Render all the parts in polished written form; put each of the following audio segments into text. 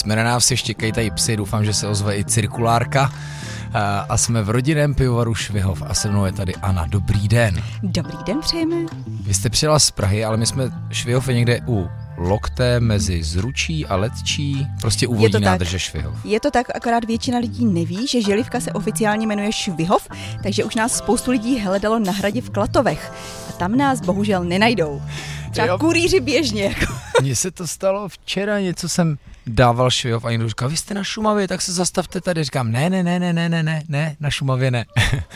Jsme na návsi, štěkají tady psy, doufám, že se ozve i cirkulárka. A jsme v rodinném pivovaru Švihov a se mnou je tady Anna. Dobrý den. Dobrý den přejeme. Vy jste přijela z Prahy, ale my jsme Švihov je někde u Lokte mezi Zručí a Letčí, prostě úvodní nádrže Švihov. Je to tak, akorát většina lidí neví, že Želivka se oficiálně jmenuje Švihov, takže už nás spoustu lidí hledalo na hradě v Klatovech. A tam nás bohužel nenajdou. Třeba kurýři běžně. Mně se to stalo včera, něco jsem dával Švihov a někdo říkal, vy jste na Šumavě, tak se zastavte tady. Říkám, ne, na Šumavě ne.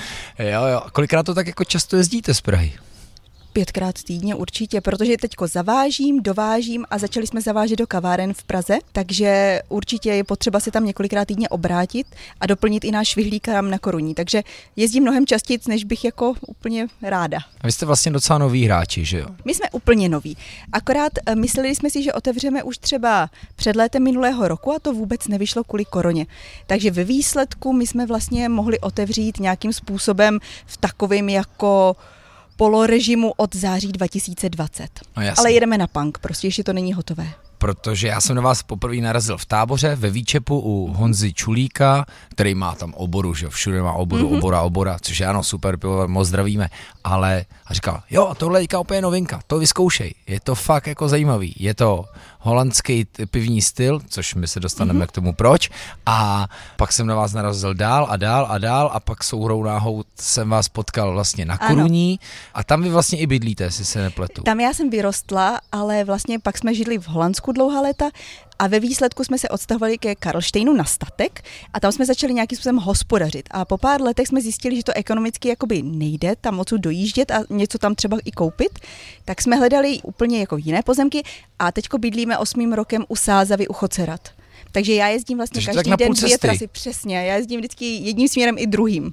jo, kolikrát to tak jako často jezdíte z Prahy? 5krát týdně určitě, protože teďko zavážím, dovážím a začali jsme zavážet do kaváren v Praze, takže určitě je potřeba se tam několikrát týdně obrátit a doplnit i náš švihlík na Koruní, takže jezdím mnohem častěji, než bych jako úplně ráda. A vy jste vlastně docela noví hráči, že jo? My jsme úplně noví, akorát mysleli jsme si, že otevřeme už třeba před létem minulého roku a to vůbec nevyšlo kvůli koroně, takže ve výsledku my jsme vlastně mohli otevřít nějakým způsobem v takovém jako polorežimu od září 2020. No ale jedeme na punk, prostě ještě to není hotové. Protože já jsem na vás poprvé narazil v Táboře, ve Výčepu u Honzy Čulíka, který má tam oboru, že všude má oboru, obora, což je ano, super pivo, moc zdravíme, ale a říkal, jo, tohle je úplně novinka, to vyzkoušej, je to fakt jako zajímavý, je to holandský pivní styl, což my se dostaneme k tomu proč, a pak jsem na vás narazil dál a pak souhrou náhou jsem vás potkal vlastně na Koruní a tam vy vlastně i bydlíte, jestli se nepletu. Tam já jsem vyrostla, ale vlastně pak jsme žili v Holandsku dlouhá léta a ve výsledku jsme se odstěhovali ke Karlštejnu na statek a tam jsme začali nějakým způsobem hospodařit a po pár letech jsme zjistili, že to ekonomicky jakoby nejde tam odsud dojíždět a něco tam třeba i koupit, tak jsme hledali úplně jako jiné pozemky a teďko bydlíme 8. rokem u Sázavy u Chocerat. Takže já jezdím vlastně každý den 2 trasy, přesně, já jezdím vždycky jedním směrem i druhým.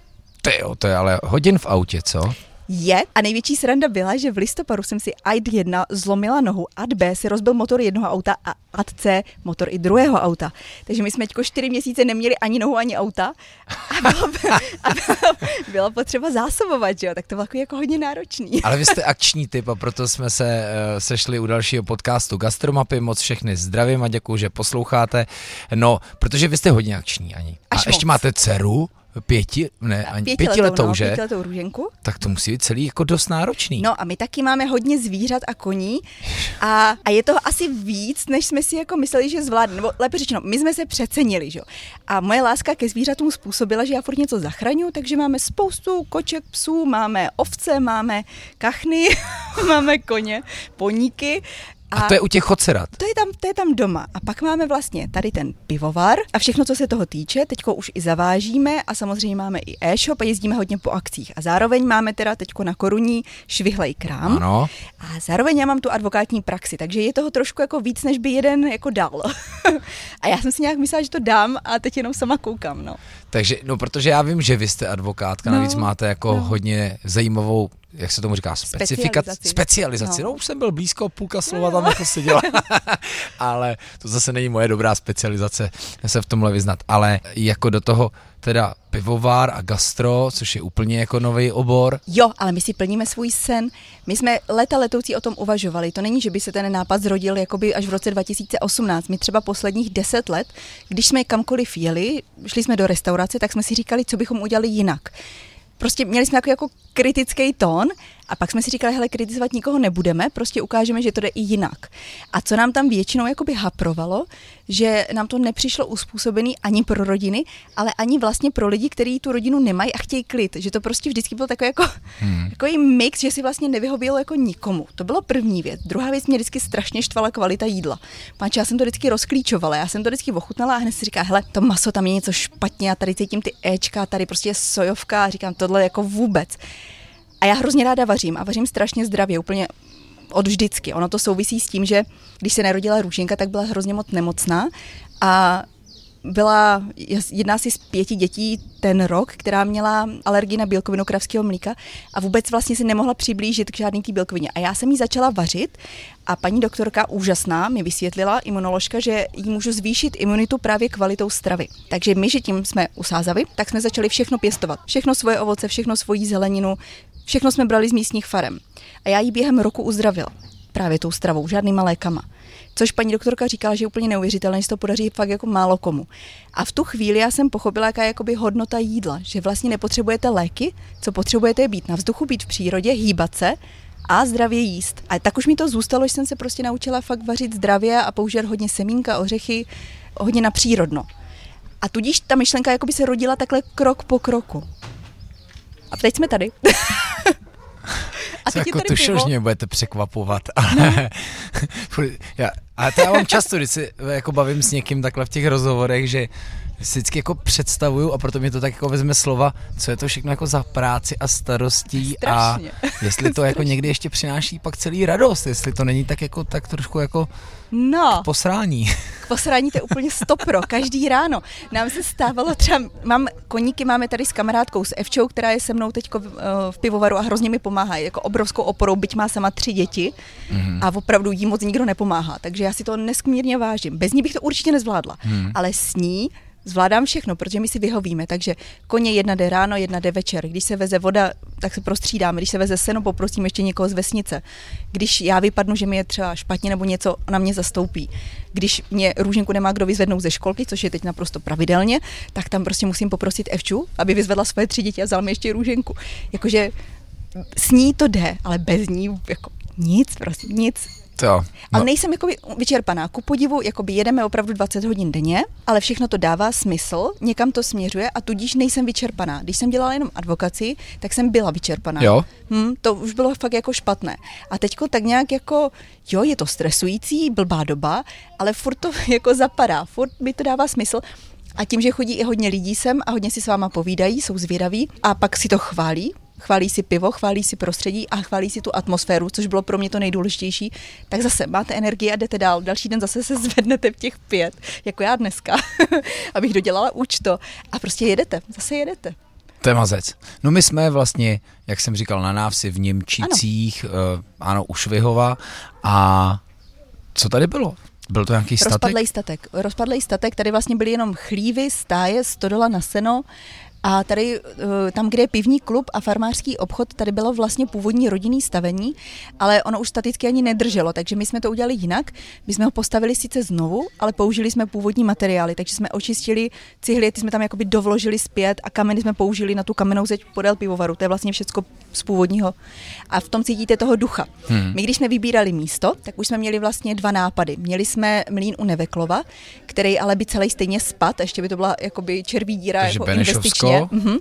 To je ale hodin v autě, co? Je a největší sranda byla, že v listopadu jsem si ad 1 zlomila nohu, ad B si rozbil motor jednoho auta a ad C motor i druhého auta. Takže my jsme 4 měsíce neměli ani nohu, ani auta a bylo potřeba zásobovat, že jo? Tak to bylo jako hodně náročný. Ale vy jste akční typ a proto jsme se sešli u dalšího podcastu Gastromapy. Moc všechny zdravím a děkuju, že posloucháte. No, protože vy jste hodně akční, Ani. A ještě máte dceru. 5letou, že? 5letou Růženku. Tak to musí být celý jako dost náročný. No a my taky máme hodně zvířat a koní a je toho asi víc, než jsme si jako mysleli, že zvládneme. Nebo lépe řečeno, my jsme se přecenili, že jo. A moje láska ke zvířatům způsobila, že já furt něco zachraňuji, takže máme spoustu koček, psů, máme ovce, máme kachny, máme koně, poníky. A to je u těch Chocerat? To je tam doma. A pak máme vlastně tady ten pivovar a všechno, co se toho týče, teďko už i zavážíme a samozřejmě máme i e-shop a jezdíme hodně po akcích. A zároveň máme teda teďko na Koruní Švihlej krám. Ano. A zároveň já mám tu advokátní praxi, takže je toho trošku jako víc, než by jeden jako dal. A já jsem si nějak myslela, že to dám a teď jenom sama koukám, no. Takže, no protože já vím, že vy jste advokátka, navíc máte jako hodně zajímavou, jak se tomu říká, specializaci. No už jsem byl blízko, půlka slova tam jako seděla. Ale to zase není moje dobrá specializace se v tomhle vyznat. Ale jako do toho teda pivovar a gastro, což je úplně jako nový obor. Jo, ale my si plníme svůj sen. My jsme letoucí o tom uvažovali. To není, že by se ten nápad zrodil jakoby až v roce 2018. My třeba posledních 10 let, když jsme kamkoliv jeli, šli jsme do restaurace, tak jsme si říkali, co bychom udělali jinak. Prostě měli jsme jako kritický tón a pak jsme si říkali, hele, kritizovat nikoho nebudeme, prostě ukážeme, že to jde i jinak. A co nám tam většinou jakoby haprovalo, že nám to nepřišlo uspůsobený ani pro rodiny, ale ani vlastně pro lidi, kteří tu rodinu nemají a chtějí klid, že to prostě vždycky byl takový takový mix, že si vlastně nevyhovělo jako nikomu. To bylo první věc. Druhá věc, mě vždycky strašně štvala kvalita jídla. Páč, já jsem to vždycky rozklíčovala, já jsem to vždycky ochutnala a hned si říká, hele, to maso tam je něco špatně a tady cítím ty éčka, tady prostě je sojovka a říkám, tohle jako vůbec. A já hrozně ráda vařím a vařím strašně zdravě, úplně od vždycky. Ono to souvisí s tím, že když se narodila Růženka, tak byla hrozně moc nemocná a byla jedna z 5 dětí ten rok, která měla alergii na bílkovinu kravského mlíka a vůbec vlastně si nemohla přiblížit k žádný té bílkovině. A já jsem jí začala vařit a paní doktorka úžasná mi vysvětlila, imunoložka, že jí můžu zvýšit imunitu právě kvalitou stravy. Takže my, že tím jsme u Sázavy, tak jsme začali všechno pěstovat. Všechno svoje ovoce, všechno svoji zeleninu, všechno jsme brali z místních farem. A já jí během roku uzdravila právě tou stravou, žádnýma lékama. Což paní doktorka říkala, že je úplně neuvěřitelné, že se to podaří fakt jako málo komu. A v tu chvíli já jsem pochopila, jaká je jakoby hodnota jídla, že vlastně nepotřebujete léky, co potřebujete je být na vzduchu, být v přírodě, hýbat se a zdravě jíst. A tak už mi to zůstalo, že jsem se prostě naučila fakt vařit zdravě a používat hodně semínka, ořechy, hodně na přírodno. A tudíž ta myšlenka jakoby se rodila takhle krok po kroku. A teď jsme tady. A teď jako tušil, že mě budete překvapovat, ale a to já mám často, když si jako bavím s někým takhle v těch rozhovorech, že si vždycky jako představuju a proto mě to tak jako vezme slova, co je to všechno jako za práci a starostí. Strašně. A jestli to jako někdy ještě přináší pak celý radost, jestli to není tak jako tak trošku jako k posrání. K posrání to je úplně 100%, každý ráno. Nám se stávalo třeba, koníky máme tady s kamarádkou, s Evčou, která je se mnou teďko v pivovaru a hrozně mi pomáhá, jako obrovskou oporou, byť má sama 3 děti a opravdu jí moc nikdo nepomáhá, takže já si to nesmírně vážím. Bez ní bych to určitě nezvládla, ale s ní zvládám všechno, protože my si vyhovíme, takže koně jedna jde ráno, jedna jde večer. Když se veze voda, tak se prostřídáme. Když se veze seno, poprosím ještě někoho z vesnice. Když já vypadnu, že mi je třeba špatně nebo něco, ona mě zastoupí. Když mě Růženku nemá kdo vyzvednout ze školky, což je teď naprosto pravidelně, tak tam prostě musím poprosit Evču, aby vyzvedla svoje 3 děti a vzala mi ještě Růženku. Jakože s ní to jde, ale bez ní jako nic, prostě nic. Ale nejsem jakoby vyčerpaná. Ku podivu, jakoby jedeme opravdu 20 hodin denně, ale všechno to dává smysl, někam to směřuje a tudíž nejsem vyčerpaná. Když jsem dělala jenom advokaci, tak jsem byla vyčerpaná. Jo? To už bylo fakt jako špatné. A teďko tak nějak jako, jo, je to stresující, blbá doba, ale furt to jako zapadá, furt mi to dává smysl. A tím, že chodí i hodně lidí sem a hodně si s váma povídají, jsou zvědaví a pak si to chválí. Chválí si pivo, chválí si prostředí a chválí si tu atmosféru, což bylo pro mě to nejdůležitější. Tak zase máte energii a jdete dál. Další den zase se zvednete v těch 5, jako já dneska, abych dodělala účto. A prostě zase jedete. To je mazec. No my jsme vlastně, jak jsem říkal, na návsi v Němčicích, ano u Švihova. A co tady bylo? Byl to nějaký statek? Rozpadlej statek, tady vlastně byly jenom chlívy, stáje, stodola na seno. A tady, tam, kde je pivní klub a farmářský obchod, tady bylo vlastně původní rodinný stavení, ale ono už staticky ani nedrželo, takže my jsme to udělali jinak. My jsme ho postavili sice znovu, ale použili jsme původní materiály, takže jsme očistili cihly, ty jsme tam jakoby dovložili zpět a kameny jsme použili na tu kamennou zeď podél pivovaru. To je vlastně všecko z původního. A v tom cítíte toho ducha. My, když jsme vybírali místo, tak už jsme měli vlastně 2 nápady. Měli jsme mlýn u Neveklova, který ale by celý stejně spad, ještě by to byla jakoby červí díra jako investičně.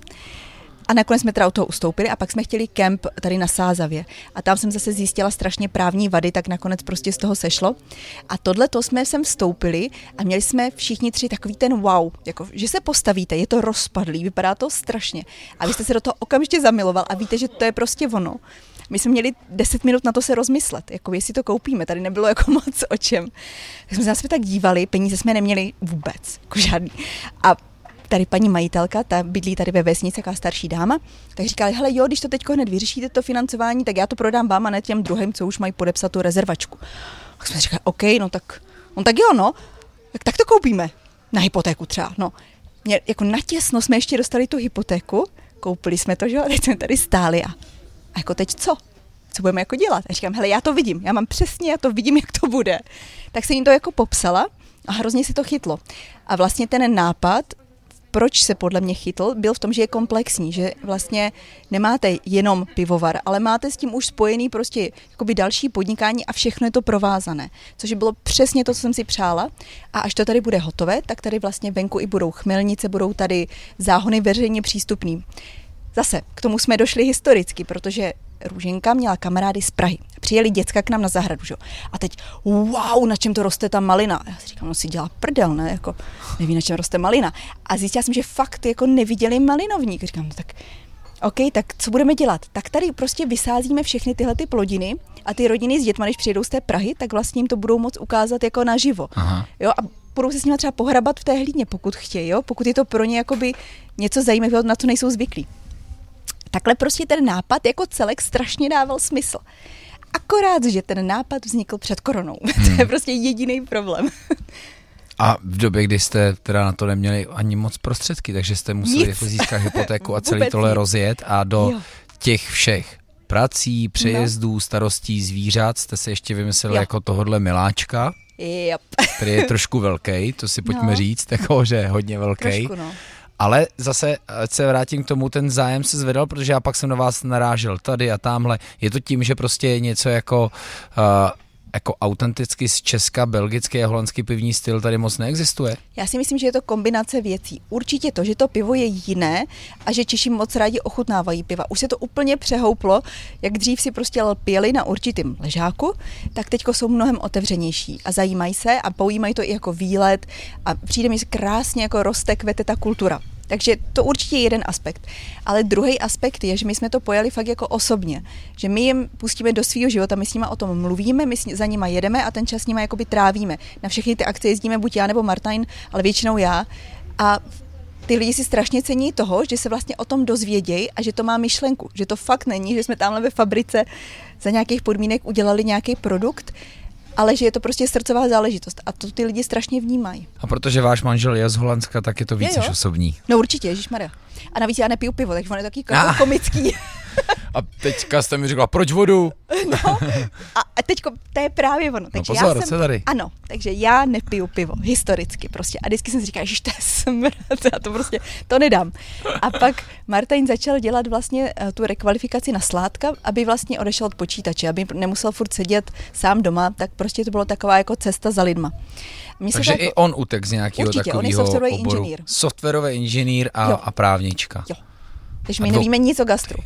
A nakonec jsme teda od toho ustoupili a pak jsme chtěli kemp tady na Sázavě. A tam jsem zase zjistila strašně právní vady, tak nakonec prostě z toho sešlo. A tohleto jsme sem vstoupili a měli jsme všichni 3 takový ten wow, jako, že se postavíte, je to rozpadlý, vypadá to strašně. A vy jste se do toho okamžitě zamiloval a víte, že to je prostě ono. My jsme měli 10 minut na to se rozmyslet, jako jestli to koupíme, tady nebylo jako moc o čem. Tak jsme se na sebe tak dívali, peníze jsme neměli vůbec, jako žádný. A tady paní majitelka, ta bydlí tady ve vesnici, jaká starší dáma, tak říkala, hele jo, když to teďko hned vyřešíte to financování, tak já to prodám vám a ne těm druhým, co už mají podepsat tu rezervačku. Tak jsme říkali, OK, no tak jo, no, tak to koupíme. Na hypotéku třeba, no. Jako natěsno jsme ještě dostali tu hypotéku, koupili jsme to, že jo, a teď jsme tady stáli a jako teď co? Co budeme jako dělat? A říkám, hele, já to vidím, já to vidím, jak to bude. Tak jsem jim to jako popsala a hrozně si to chytlo. A vlastně ten nápad, proč se podle mě chytl, byl v tom, že je komplexní, že vlastně nemáte jenom pivovar, ale máte s tím už spojený prostě jakoby další podnikání a všechno je to provázané, což bylo přesně to, co jsem si přála. A až to tady bude hotové, tak tady vlastně venku i budou chmelnice, budou tady záhony veřejně přístupný. Zase, k tomu jsme došli historicky, protože Růženka měla kamarády z Prahy. Přijeli děcka k nám na zahradu, že? A teď, wow, na čem to roste ta malina? Já si říkám, no si dělá prdel, ne? Jako, neví, na čem roste malina. A zjistila jsem, že fakt jako neviděli malinovník. Říkám, no tak, OK, tak co budeme dělat? Tak tady prostě vysázíme všechny tyhle ty plodiny a ty rodiny s dětma, když přijedou z té Prahy, tak vlastně jim to budou moc ukázat jako naživo. Aha. Jo, a budou se s nimi třeba pohrabat v té hlídně, pokud chtějí, jo? Pokud je to pro ně jakoby něco zajímavého, na co nejsou zvyklí. Takhle prostě ten nápad jako celek strašně dával smysl. Akorát, že ten nápad vznikl před koronou. To je prostě jediný problém. A v době, kdy jste teda na to neměli ani moc prostředky, takže jste museli jako získat hypotéku a celý tohle rozjet a do těch všech prací, přejezdů, starostí zvířat jste se ještě vymysleli jako tohodle miláčka. Yep. Který je trošku velký, to si pojďme říct, jako, že je hodně velký. Trošku, no. Ale zase, ať se vrátím k tomu, ten zájem se zvedal, protože já pak jsem na vás narážel tady a tamhle. Je to tím, že prostě je něco jako autenticky z Česka, belgický a holandský pivní styl tady moc neexistuje? Já si myslím, že je to kombinace věcí. Určitě to, že to pivo je jiné a že Češi moc rádi ochutnávají piva. Už se to úplně přehouplo, jak dřív si prostě pěli na určitým ležáku, tak teďko jsou mnohem otevřenější a zajímají se a poujímají to i jako výlet a přijde mi krásně jako roste, kvete ta kultura. Takže to určitě je jeden aspekt. Ale druhý aspekt je, že my jsme to pojali fakt jako osobně. Že my jim pustíme do svého života, my s nima o tom mluvíme, my za nima jedeme a ten čas s nima jakoby trávíme. Na všechny ty akce jezdíme buď já nebo Martin, ale většinou já. A ty lidi si strašně cení toho, že se vlastně o tom dozvědějí a že to má myšlenku. Že to fakt není, že jsme tamhle ve fabrice za nějakých podmínek udělali nějaký produkt, ale že je to prostě srdcová záležitost a to ty lidi strašně vnímají. A protože váš manžel je z Holandska, tak je to víc než osobní. No určitě, ježišmarja. A navíc já nepiju pivo, takže on je taky komický. A teďka jste mi řekla, proč vodu? No, a teďko, to je právě ono. Takže no pozor, co tady? Ano, takže já nepiju pivo, historicky prostě. A vždycky jsem si říkala, že to je smrt, já to prostě, to nedám. A pak Martin začal dělat vlastně tu rekvalifikaci na sládka, aby vlastně odešel od počítače, aby nemusel furt sedět sám doma, tak prostě to bylo taková jako cesta za lidma. Takže i on utek z nějakého takového oboru. Softwarový inženýr a právnička. Jo. Takže my nevíme nic o gastru.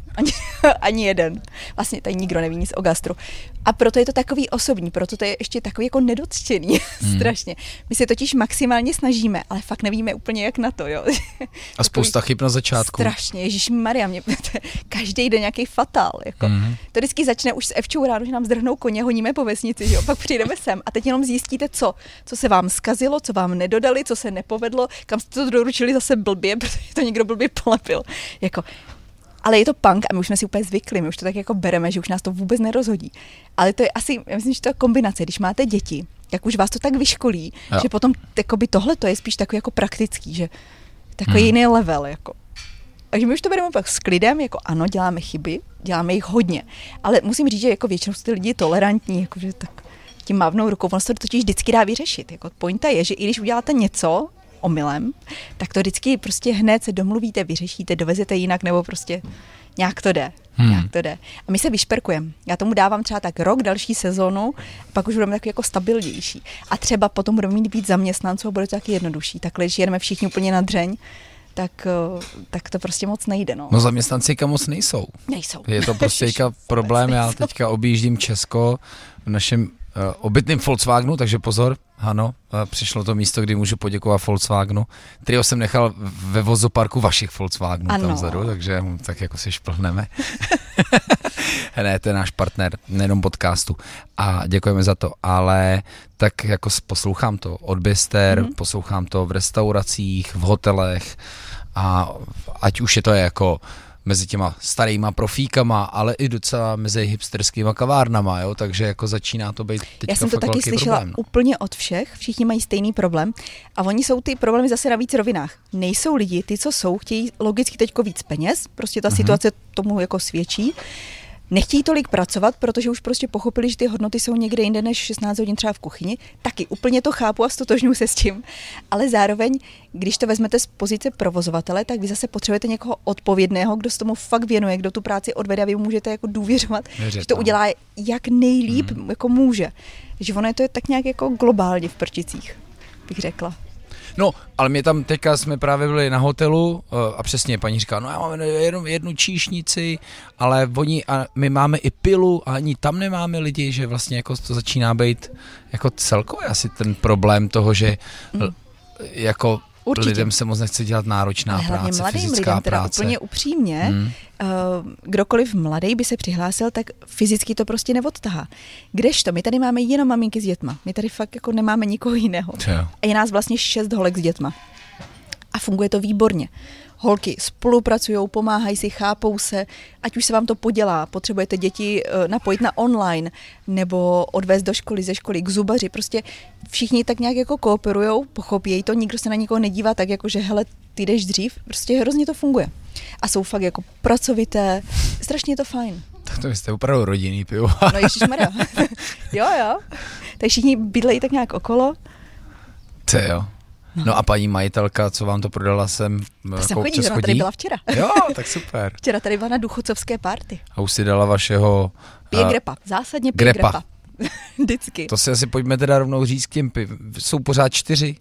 Ani jeden. Vlastně tady nikdo neví nic o gastru. A proto je to takový osobní, proto to je ještě takový jako nedotčený. Strašně. My se totiž maximálně snažíme, ale fakt nevíme úplně jak na to, jo. A spousta chyb na začátku. Strašně, ježišmarja, mě každý den nějaký fatál, jako. To vždycky začne už s Evčou ráno, že nám zdrhnou koně, honíme po vesnici, jo. Pak přijdeme sem a teď jenom zjistíte co se vám zkazilo, co vám nedodali, co se nepovedlo, kam jste to doručili zase blbě, protože to někdo blbě polepil. Jako ale je to punk a my už jsme si úplně zvykli, my už to tak jako bereme, že už nás to vůbec nerozhodí. Ale to je asi, já myslím, že to je kombinace, když máte děti, tak už vás to tak vyškolí, že potom tohle to je spíš takový jako praktický, že takový jiný level, jako. Takže my už to bereme pak s klidem, jako ano, děláme chyby, děláme jich hodně, ale musím říct, že jako většinou jsou ty lidi tolerantní, jakože tak tím mávnou rukou, ono se to totiž vždycky dá vyřešit. Jako pointa je, že i když uděláte něco omylem, tak to vždycky prostě hned se domluvíte, vyřešíte, dovezete jinak, nebo prostě nějak to jde. Nějak to jde. A my se vyšperkujeme. Já tomu dávám třeba tak rok, další sezónu, pak už budeme takový jako stabilnější. A třeba potom budeme mít víc zaměstnanců a bude to taky jednodušší. Takhle, když jedeme všichni úplně na dřeň, tak to prostě moc nejde. No zaměstnanci moc nejsou. Nejsou. Je to prostě problém. Já teďka objíždím Česko v našem obytným Volkswagenu, takže pozor, ano, přišlo to místo, kdy můžu poděkovat Volkswagenu, kterýho jsem nechal ve vozoparku vašich Volkswagenů tam vzadu, takže tak jako si šplhneme. Ne, to je náš partner, nejenom podcastu a děkujeme za to, ale tak jako poslouchám to od bister, poslouchám to v restauracích, v hotelech a ať už je to jako mezi těma starýma profíkama, ale i docela mezi hipsterskýma kavárnama, jo, takže jako začíná to být teďka. Já jsem to taky slyšela problém, úplně od všech, všichni mají stejný problém a oni jsou ty problémy zase na víc rovinách. Nejsou lidi, ty, co jsou, chtějí logicky teďko víc peněz, prostě ta situace tomu jako svědčí. Nechtějí tolik pracovat, protože už prostě pochopili, že ty hodnoty jsou někde jinde než 16 hodin třeba v kuchyni. Taky úplně to chápu a stotožňuji se s tím. Ale zároveň, když to vezmete z pozice provozovatele, tak vy zase potřebujete někoho odpovědného, kdo se tomu fakt věnuje, kdo tu práci odvede a vy můžete jako důvěřovat, že to udělá jak nejlíp jako může. Takže ono je to tak nějak jako globálně v Prčicích, bych řekla. No, ale my tam teďka jsme právě byli na hotelu a přesně paní říká, no já mám jenom jednu číšnici, ale my máme i pilu a ani tam nemáme lidi, že vlastně jako to začíná být jako celkově asi ten problém toho, že jako určitě. Lidem se moc nechce dělat náročná práce, mladým fyzická lidem, teda práce. úplně upřímně, kdokoliv mladý by se přihlásil, tak fyzicky to prostě neodtahá. Kdežto, my tady máme jenom maminky s dětma. My tady fakt jako nemáme nikoho jiného. A je nás vlastně 6 holek s dětma. A funguje to výborně. Holky spolupracují, pomáhají si, chápou se, ať už se vám to podělá, potřebujete děti napojit na online nebo odvést do školy, ze školy k zubaři, prostě všichni tak nějak jako kooperujou, pochopějí to, nikdo se na nikoho nedívá tak jako, že hele, ty jdeš dřív, prostě hrozně to funguje. A jsou fakt jako pracovité, strašně je to fajn. To jste opravdu rodinný pivo. No ježišmarja. Jo. Tak všichni bydlejí tak nějak okolo. To jo. No a paní majitelka, co vám to prodala sem? Ta sem chodí, ona tady byla včera. Jo, tak super. Včera tady byla na důchodcovské party. A už si dala vašeho... Pije grepa, zásadně pije grepa. Vždycky. To si asi pojďme teda rovnou říct k těm jsou pořád 4?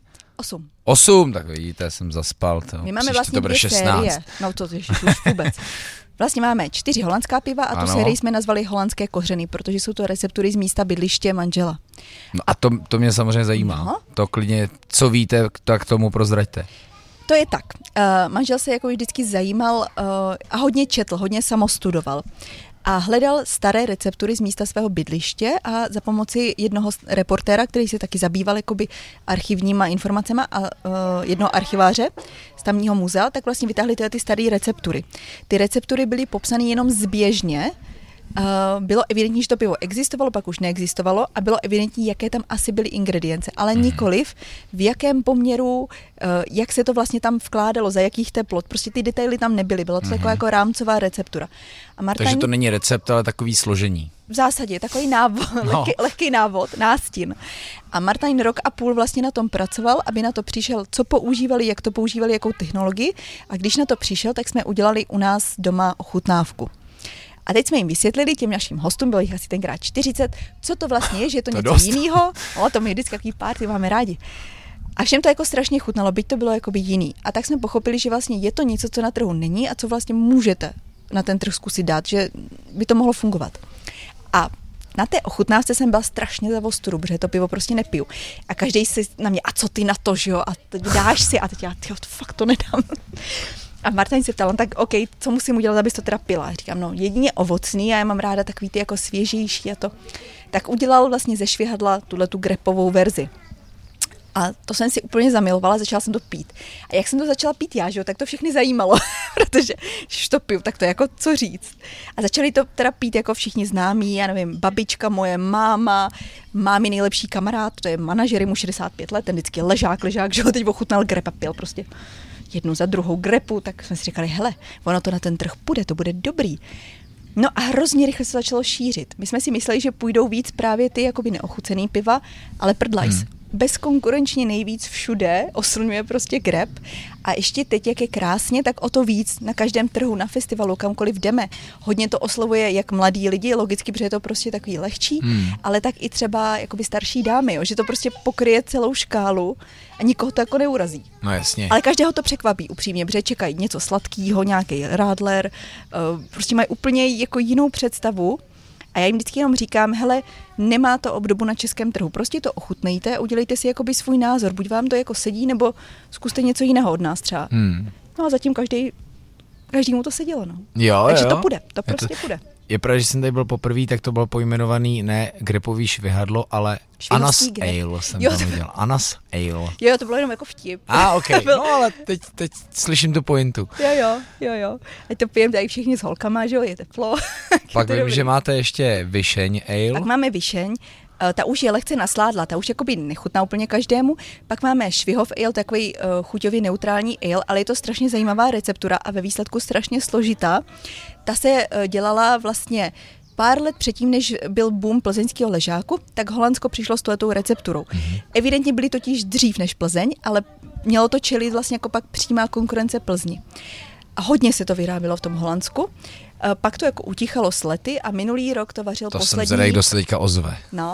8, tak vidíte, jsem zaspal. My máme vlastně 2 série. No to už vůbec. Vlastně máme 4 holandská piva a tu sérii jsme nazvali holandské kořeny, protože jsou to receptury z místa bydliště manžela. No a to mě samozřejmě zajímá. No. To klidně, co víte, tak tomu prozraďte. To je tak. Manžel se jako vždycky zajímal a hodně četl, hodně samostudoval. A hledal staré receptury z místa svého bydliště a za pomoci jednoho reportéra, který se taky zabýval jakoby archivníma informacema a jednoho archiváře z tamního muzea, tak vlastně vytáhli ty staré receptury. Ty receptury byly popsané jenom zběžně, bylo evidentní, že to pivo existovalo, pak už neexistovalo a bylo evidentní, jaké tam asi byly ingredience, ale nikoliv v jakém poměru, jak se to vlastně tam vkládalo, za jakých teplot, prostě ty detaily tam nebyly, bylo to jako rámcová receptura. A Martin, takže to není recept, ale takový složení. V zásadě, takový návod, lehký návod, nástin. A Martin rok a půl vlastně na tom pracoval, aby na to přišel, co používali, jak to používali, jakou technologii. A když na to přišel, tak jsme udělali u nás doma ochutnávku. A teď jsme jim vysvětlili, těm našim hostům, bylo jich asi tenkrát 40, co to vlastně je, že je to něco jiného. To my vždycky takový party máme rádi. A všem to jako strašně chutnalo, byť to bylo jakoby jiný. A tak jsme pochopili, že vlastně je to něco, co na trhu není a co vlastně můžete na ten trh zkusit dát, že by to mohlo fungovat. A na té ochutnávce jsem byla strašně za vostoru, protože to pivo prostě nepiju. A každý si na mě, a co ty na to, že jo, a teď dáš si, a teď já, fakt to nedám. A Martin se ptal, tak OK, co musím udělat, abys to teda pila? Říkám, no jedině ovocný, a já mám ráda takový ty jako svěžější a to. Tak udělal vlastně ze švihadla tu grepovou verzi. A to jsem si úplně zamilovala, začala jsem to pít. A jak jsem to začala pít já, že jo, tak to všechny zajímalo, protože když to piju, tak to je jako co říct. A začali to teda pít jako všichni známí, já nevím, babička, moje máma, mámi nejlepší kamarád, to je manažer, mu 65 let, ten vždycky ležák, že ho teď ochutnal grep a pil prostě jednu za druhou grepu, tak jsme si říkali, hele, ono to na ten trh půjde, to bude dobrý. No a hrozně rychle se začalo šířit. My jsme si mysleli, že půjdou víc právě ty jakoby neochucený piva, ale prdlajs. Bezkonkurenčně nejvíc všude oslňuje prostě grep a ještě teď, jak je krásně, tak o to víc na každém trhu, na festivalu, kamkoliv jdeme. Hodně to oslovuje jak mladí lidi, logicky, protože je to prostě takový lehčí, ale tak i třeba jakoby starší dámy, jo, že to prostě pokryje celou škálu a nikoho to jako neurazí. No jasně. Ale každého to překvapí upřímně, protože čekají něco sladkýho, nějaký radler, prostě mají úplně jako jinou představu. A já jim vždycky jenom říkám, hele, nemá to obdobu na českém trhu, prostě to ochutnejte a udělejte si jakoby svůj názor, buď vám to jako sedí, nebo zkuste něco jiného od nás třeba. No a zatím každému to sedělo, no. Jo, takže jo. to půjde, to prostě půjde. Je pravda, že jsem tady byl poprvé, tak to bylo pojmenovaný ne grepový švihadlo, ale Anas Ale jsem tam udělal. Anas Ale. Jo, to bylo jenom jako vtip. OK, no ale teď slyším tu pointu. Jo. Ať to pijeme tady všichni s holkama, že jo, je teplo. Pak vím, že máte ještě Vyšeň Ale. Pak máme Vyšeň. Ta už je lehce nasládla, ta už jakoby nechutná úplně každému. Pak máme Švihov Ale, takový chuťově neutrální ale, ale je to strašně zajímavá receptura a ve výsledku strašně složitá. Ta se dělala vlastně pár let předtím, než byl boom plzeňského ležáku, tak Holandsko přišlo s touto recepturou. Evidentně byli totiž dřív než Plzeň, ale mělo to čelit vlastně jako pak přímá konkurence Plzni. A hodně se to vyrábělo v tom Holandsku. Pak to jako utichalo s lety a minulý rok to vařil to poslední... To jsem zvedal, kdo se teďka ozve. No.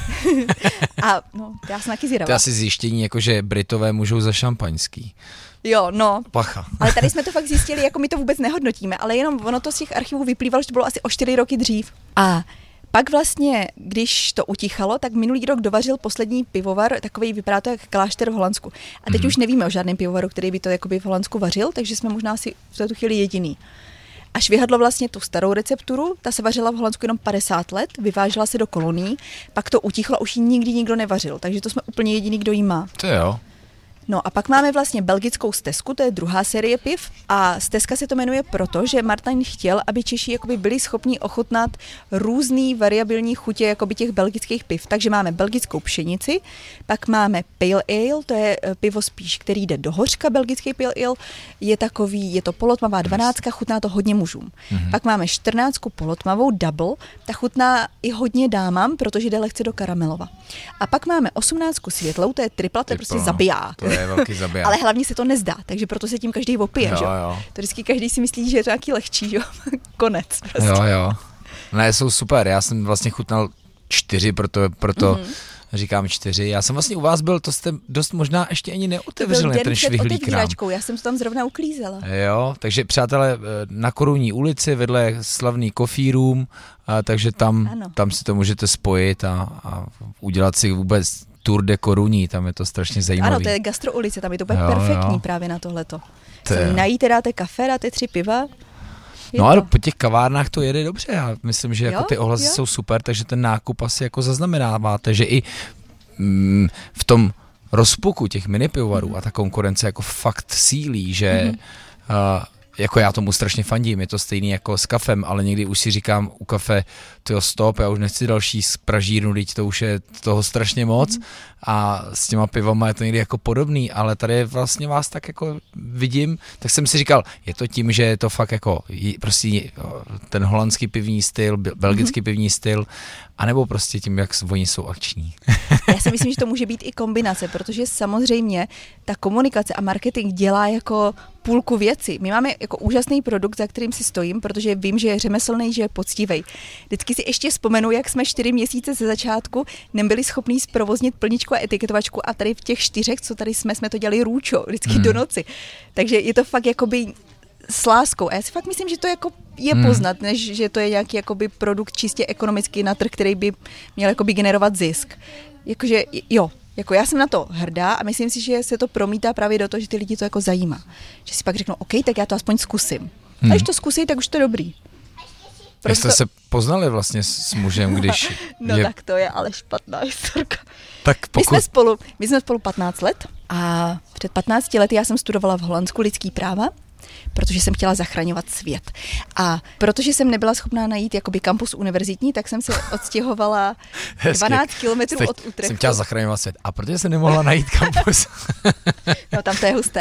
A no, já jsem taky zvědavá. To je asi zjištění, jako že Britové můžou za šampaňský. Jo, no. Pacha. Ale tady jsme to fakt zjistili, jako my to vůbec nehodnotíme, ale jenom ono to z těch archivů vyplývalo, že to bylo asi o 4 roky dřív. A pak vlastně, když to utichalo, tak minulý rok dovařil poslední pivovar, takový vypadá to jak klášter v Holandsku. A teď už nevíme o žádném pivovaru, který by to jakoby v Holandsku vařil, takže jsme možná asi v tu chvíli jediný. A švihadlo vlastně tu starou recepturu, ta se vařila v Holandsku jenom 50 let, vyvážela se do kolonií, pak to utichlo a už ji nikdy nikdo nevařil, takže to jsme úplně jediný, kdo jí má. To jo. No a pak máme vlastně belgickou stezku, to je druhá série piv a stezka se to jmenuje proto, že Martin chtěl, aby Češi jakoby byli schopni ochutnat různý variabilní chutě jakoby těch belgických piv. Takže máme belgickou pšenici, pak máme pale ale, to je pivo spíš, který jde do hořka, belgický pale ale, je to polotmavá 12, chutná to hodně mužům. Pak máme 14 polotmavou double, ta chutná i hodně dámám, protože jde lehce do karamelova. A pak máme 18 světlou, to je tripla, to je prostě zabiják. To je velký zabiják. Ale hlavně se to nezdá, takže proto se tím každý opije, jo? To vždycky každý si myslí, že je to nějaký lehčí, jo? Konec prostě. Jo. Ne, jsou super, já jsem vlastně chutnal 4, proto říkám 4. Já jsem vlastně u vás byl, to jste dost možná ještě ani neotevřeli ten švihlík rám. Já jsem to tam zrovna uklízela. Jo, takže přátelé, na Korunní ulici vedle slavný Coffee Room, takže tam si to můžete spojit a udělat si vůbec tour de Koruní, tam je to strašně zajímavý. Ano, to je gastroulice, tam je to úplně perfektní právě na tohleto. Najíte, dáte kafe, dáte 3 piva. No a po těch kavárnách to jede dobře, já myslím, že jako ty ohlasy jsou super, takže ten nákup asi jako zaznamenáváte, že i v tom rozpuku těch minipivovarů a ta konkurence jako fakt sílí, že jako já tomu strašně fandím, je to stejný jako s kafem, ale někdy už si říkám u kafe, tyjo stop, já už nechci další z pražírnu, teď to už je toho strašně moc a s těma pivama je to někdy jako podobný, ale tady vlastně vás tak jako vidím, tak jsem si říkal, je to tím, že je to fakt jako prostě ten holandský pivní styl, belgický pivní styl, anebo prostě tím, jak oni jsou akční. Já si myslím, že to může být i kombinace, protože samozřejmě ta komunikace a marketing dělá jako půlku věci. My máme jako úžasný produkt, za kterým si stojím, protože vím, že je řemeslný, že je poctivý. Vždycky si ještě vzpomenu, jak jsme 4 měsíce ze začátku nebyli schopní zprovoznit plničku a etiketovačku a tady v těch 4, co tady jsme to dělali růčo, vždycky do noci. Takže je to fakt jakoby s láskou. A já si fakt myslím, že to jako je poznat, než že to je nějaký jakoby produkt čistě ekonomický na trh, který by měl jakoby generovat zisk. Jakože jo, jako já jsem na to hrdá a myslím si, že se to promítá právě do toho, že ty lidi to jako zajímá. Že si pak řeknou, OK, tak já to aspoň zkusím. A když to zkusí, tak už to je dobrý. Jak jste se poznali vlastně s mužem, když No tak to je ale špatná historka. Tak pokud... My jsme spolu 15 let a před 15 lety já jsem studovala v Holandsku lidský práva, protože jsem chtěla zachraňovat svět. A protože jsem nebyla schopná najít jakoby kampus univerzitní, tak jsem se odstěhovala 12 kilometrů od Utrechtu. Jsem chtěla zachraňovat svět. A protože jsem nemohla najít kampus? No tam to je husté.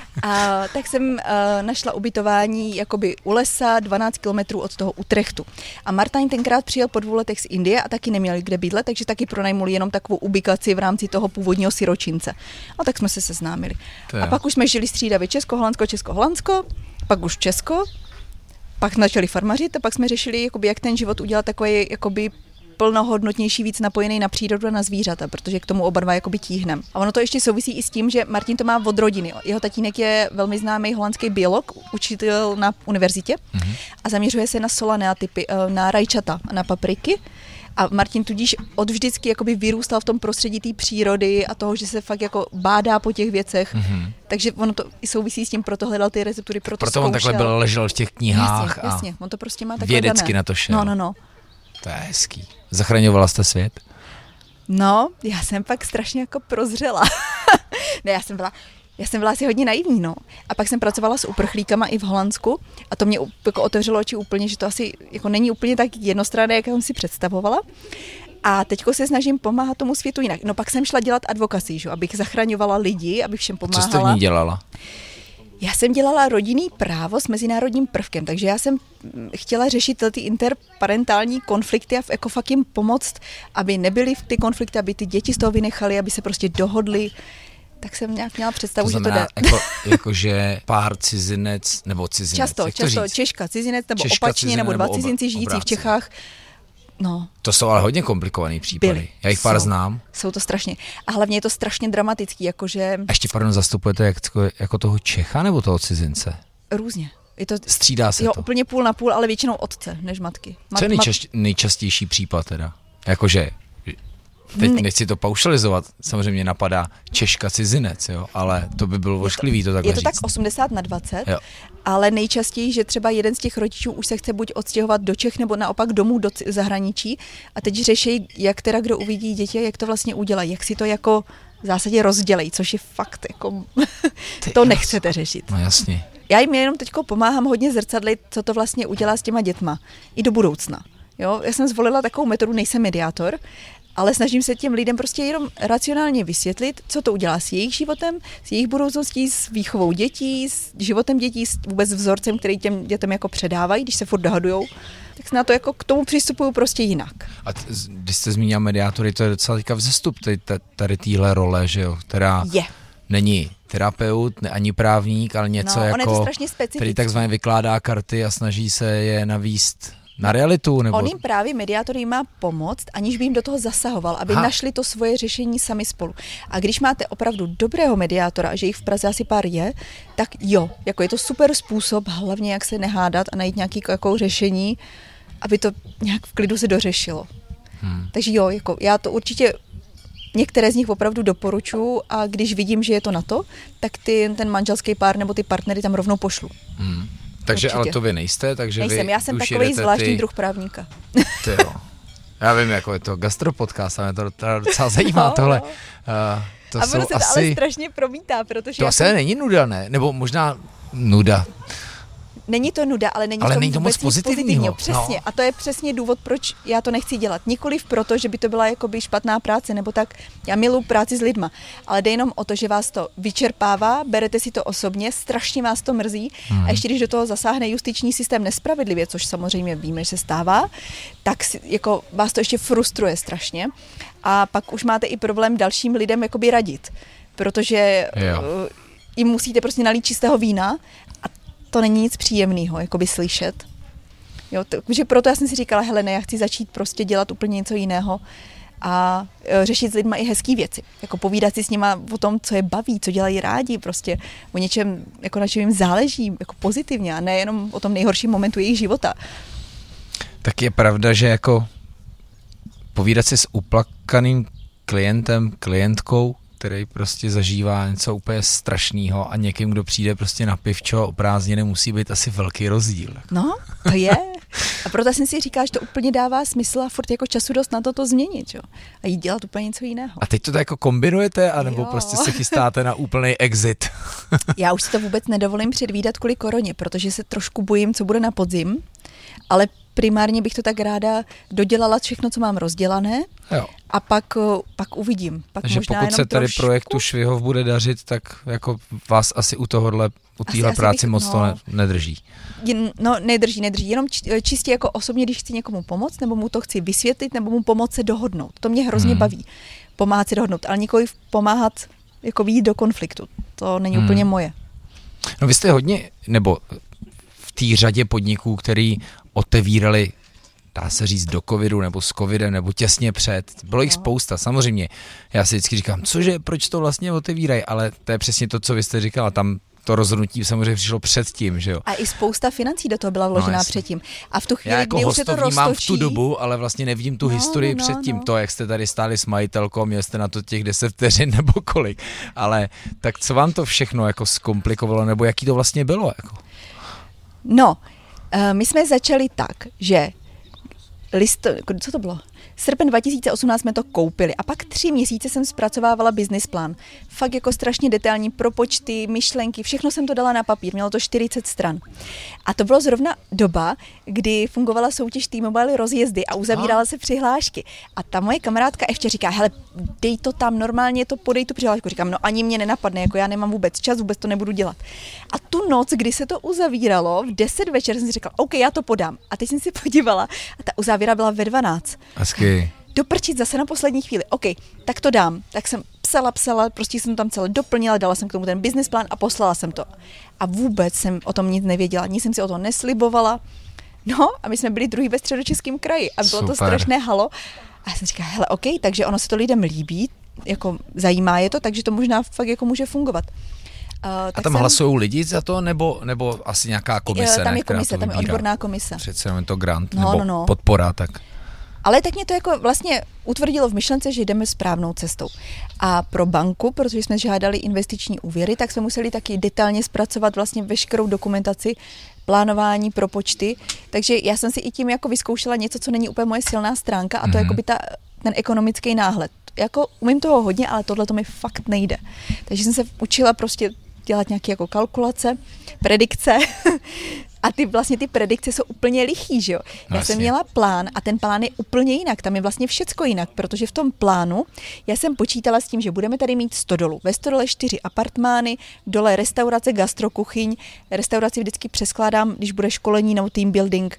A tak jsem našla ubytování jakoby u lesa 12 kilometrů od toho Utrechtu. A Martin tenkrát přijel po 2 letech z Indie a taky neměl kde bydlet, takže taky pronajmul jenom takovou ubikaci v rámci toho původního siročince. A tak jsme se seznámili. A pak už jsme žili střídavě Česko-Holandsko, Česko-Holandsko, pak už Česko, pak začali farmařit a pak jsme řešili, jakoby, jak ten život udělat takový jakoby plnohodnotnější, víc napojený na přírodu a na zvířata, protože k tomu oba dva jakoby tíhnem. A ono to ještě souvisí i s tím, že Martin to má od rodiny. Jeho tatínek je velmi známý holandský biolog, učitel na univerzitě a zaměřuje se na solané typy, na rajčata, na papriky. A Martin tudíž od vždycky jakoby vyrůstal v tom prostředí té přírody a toho, že se fakt jako bádá po těch věcech. Takže ono to i souvisí s tím, proto hledal ty receptury, proto zkoušel. On takhle ležel v těch knihách jasně, on to prostě má takhle vědecky dané. Na to šel. No. To je hezký. Zachraňovala jste svět? No, já jsem pak strašně jako prozřela. Ne, já jsem byla asi hodně naivní, no. A pak jsem pracovala s uprchlíkama i v Holandsku a to mě jako otevřelo oči úplně, že to asi jako není úplně tak jednostranné, jak jsem si představovala. A teďko se snažím pomáhat tomu světu jinak. No pak jsem šla dělat advokací, že? Abych zachraňovala lidi, abych všem pomáhala. Co jste v ní dělala? Já jsem dělala rodinný právo s mezinárodním prvkem, takže já jsem chtěla řešit ty interparentální konflikty a jako fakt jim pomoct, aby nebyly ty konflikty, aby ty děti z toho vynechaly, aby se prostě dohodly. Tak jsem nějak měla představu, to znamená, že to jde. Jakože pár cizinec, nebo cizinec. Často, Češka, cizinec, nebo Češka, opačně, cizinec, nebo 2 cizinci žijící obráceně. v Čechách. No. To jsou ale hodně komplikovaný případy. Byly. Já jich pár znám. Jsou to strašně. A hlavně je to strašně dramatický, jakože... A ještě, zastupujete jako toho Čecha nebo toho cizince? Různě. Je to, střídá se to? Úplně půl na půl, ale většinou otce, než matky. Co je nejčastější případ teda? Jakože... Teď nechci to paušalizovat, samozřejmě napadá Češka cizinec, jo, ale to by bylo ošklivý to takhle říct. Je to říct. tak 80/20, jo. Ale nejčastěji, že třeba jeden z těch rodičů už se chce buď odstěhovat do Čech, nebo naopak domů do zahraničí a teď řeší, jak teda kdo uvidí děti, jak to vlastně udělají, jak si to jako v zásadě rozdělej, což je fakt jako, to nechcete řešit. No jasně. Já jim jenom teďko pomáhám hodně zrcadlit, co to vlastně udělá s těma dětma i do budoucna. Jo? Já jsem zvolila takovou metodu, nejsem mediátor, ale snažím se těm lidem prostě jenom racionálně vysvětlit, co to udělá s jejich životem, s jejich budoucností, s výchovou dětí, s životem dětí, s vůbec vzorcem, který těm dětem jako předávají, když se furt dohadujou. Tak se na to jako k tomu přistupuju prostě jinak. A když jste zmínila mediátory, to je docela teďka vzestup tady téhle role, že jo, která není terapeut, ani právník, ale něco jako, který takzvaně vykládá karty a snaží se je navíst na realitu? Nebo... On jim právě mediátor jim má pomoct, aniž by jim do toho zasahoval, aby našli to svoje řešení sami spolu. A když máte opravdu dobrého mediátora, a že jich v Praze asi pár je, tak jo, jako je to super způsob, hlavně jak se nehádat a najít nějaké jako řešení, aby to nějak v klidu se dořešilo. Takže jo, jako já to určitě některé z nich opravdu doporučuji a když vidím, že je to na to, tak ten manželský pár nebo ty partnery tam rovnou pošlu. Takže určitě. Ale to vy nejste, takže nejsem, já jsem takový zvláštní druh právníka. Jo. Já vím, jako je to gastropodcast, a mě to docela zajímá tohle. To a ono se to ale strašně promítá, protože... To asi není nuda, ne? Nebo možná nuda. Není to nuda, ale není to moc pozitivního. Přesně. No. A to je přesně důvod, proč já to nechci dělat. Nikoliv proto, že by to byla jakoby špatná práce, nebo tak. Já miluji práci s lidma, ale jde jenom o to, že vás to vyčerpává, berete si to osobně, strašně vás to mrzí a ještě když do toho zasáhne justiční systém nespravedlivě, což samozřejmě víme, že se stává, tak jako vás to ještě frustruje strašně a pak už máte i problém dalším lidem jakoby radit, protože jim musíte prostě nalít čistého vína a to není nic příjemného, jakoby slyšet. Jo, takže proto já jsem si říkala, hele, ne, já chci začít prostě dělat úplně něco jiného a řešit s lidma i hezký věci. Jako povídat si s nima o tom, co je baví, co dělají rádi, prostě o něčem, jako na čem jim záleží, jako pozitivně a ne jenom o tom nejhorším momentu jejich života. Tak je pravda, že jako povídat si s uplakaným klientem, klientkou, který prostě zažívá něco úplně strašného a někým, kdo přijde prostě na pivčo o prázdniny, musí být asi velký rozdíl. No, to je. A proto jsem si říkala, že to úplně dává smysl a furt jako času dost na to změnit, jo. A jít dělat úplně něco jiného. A teď to tak jako kombinujete, anebo prostě se chystáte na úplný exit? Já už si to vůbec nedovolím předvídat kvůli koroně, protože se trošku bojím, co bude na podzim, ale primárně bych to tak ráda dodělala všechno, co mám rozdělané. Jo. A pak uvidím. Pak takže možná pokud se tady trošku... projektu Švihov bude dařit, tak jako vás asi u téhle práci moc to nedrží. No nedrží, jenom čistě jako osobně, když chci někomu pomoct, nebo mu to chci vysvětlit, nebo mu pomoct se dohodnout. To mě hrozně baví. Pomáhat si dohodnout, ale nikoliv pomáhat jako výjít do konfliktu. To není úplně moje. No vy jste hodně, nebo v té řadě podniků, který otevírali, dá se říct, do covidu nebo s covidem nebo těsně před. Bylo jich spousta, samozřejmě. Já si vždycky říkám, cože, proč to vlastně otevírají, ale to je přesně to, co vy jste říkala, tam to rozhodnutí samozřejmě přišlo předtím, že jo. A i spousta financí do toho byla vložená předtím. A v tu chvíli, jako kdy už se to roztočí... mám v tu dobu, ale vlastně nevidím tu historii předtím. To, jak jste tady stáli s majitelkou, měli jste na to těch 10 vteřin nebo kolik. Ale tak co vám to všechno jako zkomplikovalo, nebo jaký to vlastně bylo? Jako? No, my jsme začali tak, že co to bylo? Srpen 2018 jsme to koupili a pak 3 měsíce jsem zpracovávala business plán. Fakt jako strašně detailní propočty, myšlenky, všechno jsem to dala na papír, mělo to 40 stran. A to bylo zrovna doba, kdy fungovala soutěž T-Mobile rozjezdy a uzavírala se přihlášky. A ta moje kamarádka ještě říká, hele, dej to tam, normálně to podej tu přihlášku. Říkám, no ani mě nenapadne, jako já nemám vůbec čas, vůbec to nebudu dělat. A tu noc, kdy se to uzavíralo, v 10 večer jsem si řekla, OK, já to podám. A teď jsem si podívala a ta uzávěra byla ve 12. Doprčit zase na poslední chvíli. OK, tak to dám. Tak jsem psala, prostě jsem tam celé doplnila, dala jsem k tomu ten business plán a poslala jsem to. A vůbec jsem o tom nic nevěděla, nic jsem si o tom neslibovala. No a my jsme byli druhý ve Středočeském kraji a bylo to strašné halo. A já jsem říkala, hele, OK, takže ono se to lidem líbí, jako zajímá je to, takže to možná fakt jako může fungovat. A tam hlasují lidi za to, nebo asi nějaká komise? Tam je komise, tam je odborná komise. Přece jenom je to grant, nebo podpora, tak... Ale tak mě to jako vlastně utvrdilo v myšlence, že jdeme správnou cestou. A pro banku, protože jsme žádali investiční úvěry, tak jsme museli taky detailně zpracovat vlastně veškerou dokumentaci, plánování, propočty. Takže já jsem si i tím jako vyzkoušela něco, co není úplně moje silná stránka, a to jako by ten ekonomický náhled. jako umím toho hodně, ale tohle to mi fakt nejde. Takže jsem se učila prostě dělat nějaké jako kalkulace, predikce a ty predikce jsou úplně lichý, že jo. Já jsem měla plán a ten plán je úplně jinak, tam je vlastně všecko jinak, protože v tom plánu já jsem počítala s tím, že budeme tady mít stodolu. Ve stodole 4 apartmány, dole restaurace, gastrokuchyň, restauraci vždycky přeskládám, když bude školení nebo team building,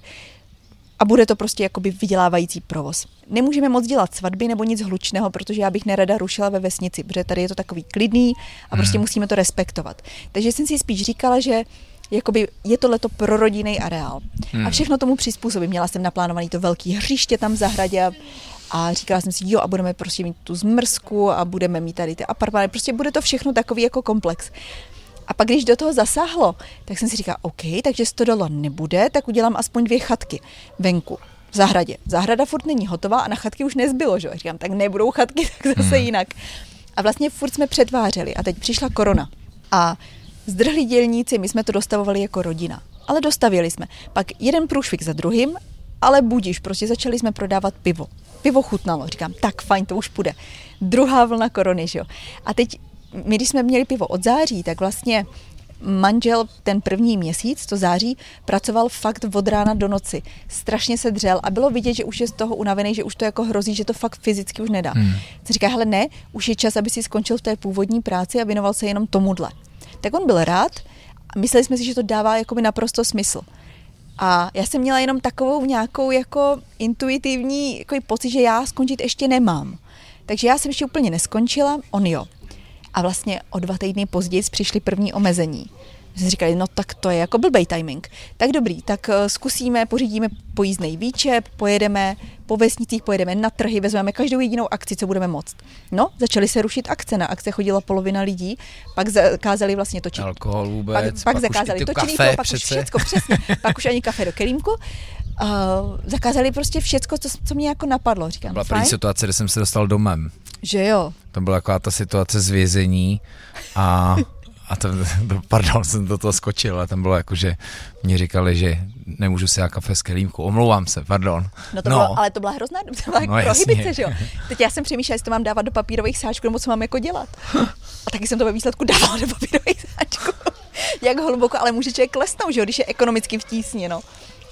a bude to prostě jakoby vydělávající provoz. Nemůžeme moc dělat svatby nebo nic hlučného, protože já bych nerada rušila ve vesnici, protože tady je to takový klidný a prostě musíme to respektovat. Takže jsem si spíš říkala, že jakoby je tohleto prorodinný areál. A všechno tomu přizpůsobím. Měla jsem naplánovaný to velký hřiště tam v zahradě a říkala jsem si, jo, a budeme prostě mít tu zmrzku a budeme mít tady ty apartmány. Prostě bude to všechno takový jako komplex. A pak, když do toho zasáhlo, tak jsem si říkala, OK, takže stodolo nebude, tak udělám aspoň 2 chatky venku, v zahradě. Zahrada furt není hotová a na chatky už nezbylo, že? Říkám, tak nebudou chatky, tak zase jinak. A vlastně furt jsme přetvářeli a teď přišla korona. A zdrhli dělníci, my jsme to dostavovali jako rodina. Ale dostavili jsme. Pak jeden průšvih za druhým, ale budiš, prostě začali jsme prodávat pivo. Pivo chutnalo, říkám, tak fajn, to už půjde. Druhá vlna korony, že jo. A teď my, když jsme měli pivo od září, tak vlastně manžel ten první měsíc, to září, pracoval fakt od rána do noci. Strašně se dřel a bylo vidět, že už je z toho unavený, že už to jako hrozí, že to fakt fyzicky už nedá. Se říká, hele ne, už je čas, aby si skončil v té původní práci a věnoval se jenom tomuhle. Tak on byl rád a mysleli jsme si, že to dává jakoby naprosto smysl. A já jsem měla jenom takovou nějakou jako intuitivní jako pocit, že já skončit ještě nemám. Takže já jsem ještě úplně neskončila, on jo. A vlastně o 2 týdny později přišly první omezení. My jsme říkali, no tak to je jako blbej timing. Tak dobrý, tak zkusíme, pořídíme pojízdnej výčep, pojedeme po vesnicích, pojedeme na trhy, vezmeme každou jedinou akci, co budeme moct. No, začaly se rušit akce, na akce chodila polovina lidí, pak zakázali vlastně točit. Alkohol vůbec, pak zakázali točený pivo, pak už všecko, přesně, pak už ani kafe do kelímku. Zakázali prostě všecko, co mě jako napadlo. Říkám, byla první situace, kde jsem se dostal domem. Že jo. To byla taková ta situace z vězení a pardon, jsem do toho skočil, ale tam bylo jako, že mě říkali, že nemůžu si dát kafe z kelímku. Omlouvám se, pardon. Bylo, ale to byla hrozná prohibice, že jo. Teď já jsem přemýšlela, jestli to mám dávat do papírových sáčků, nebo co mám jako dělat. A taky jsem to ve výsledku dávala do papírových sáčků. Jak hluboko, ale může člověk klesnout, že jo, když je ekonomicky v tísni, no.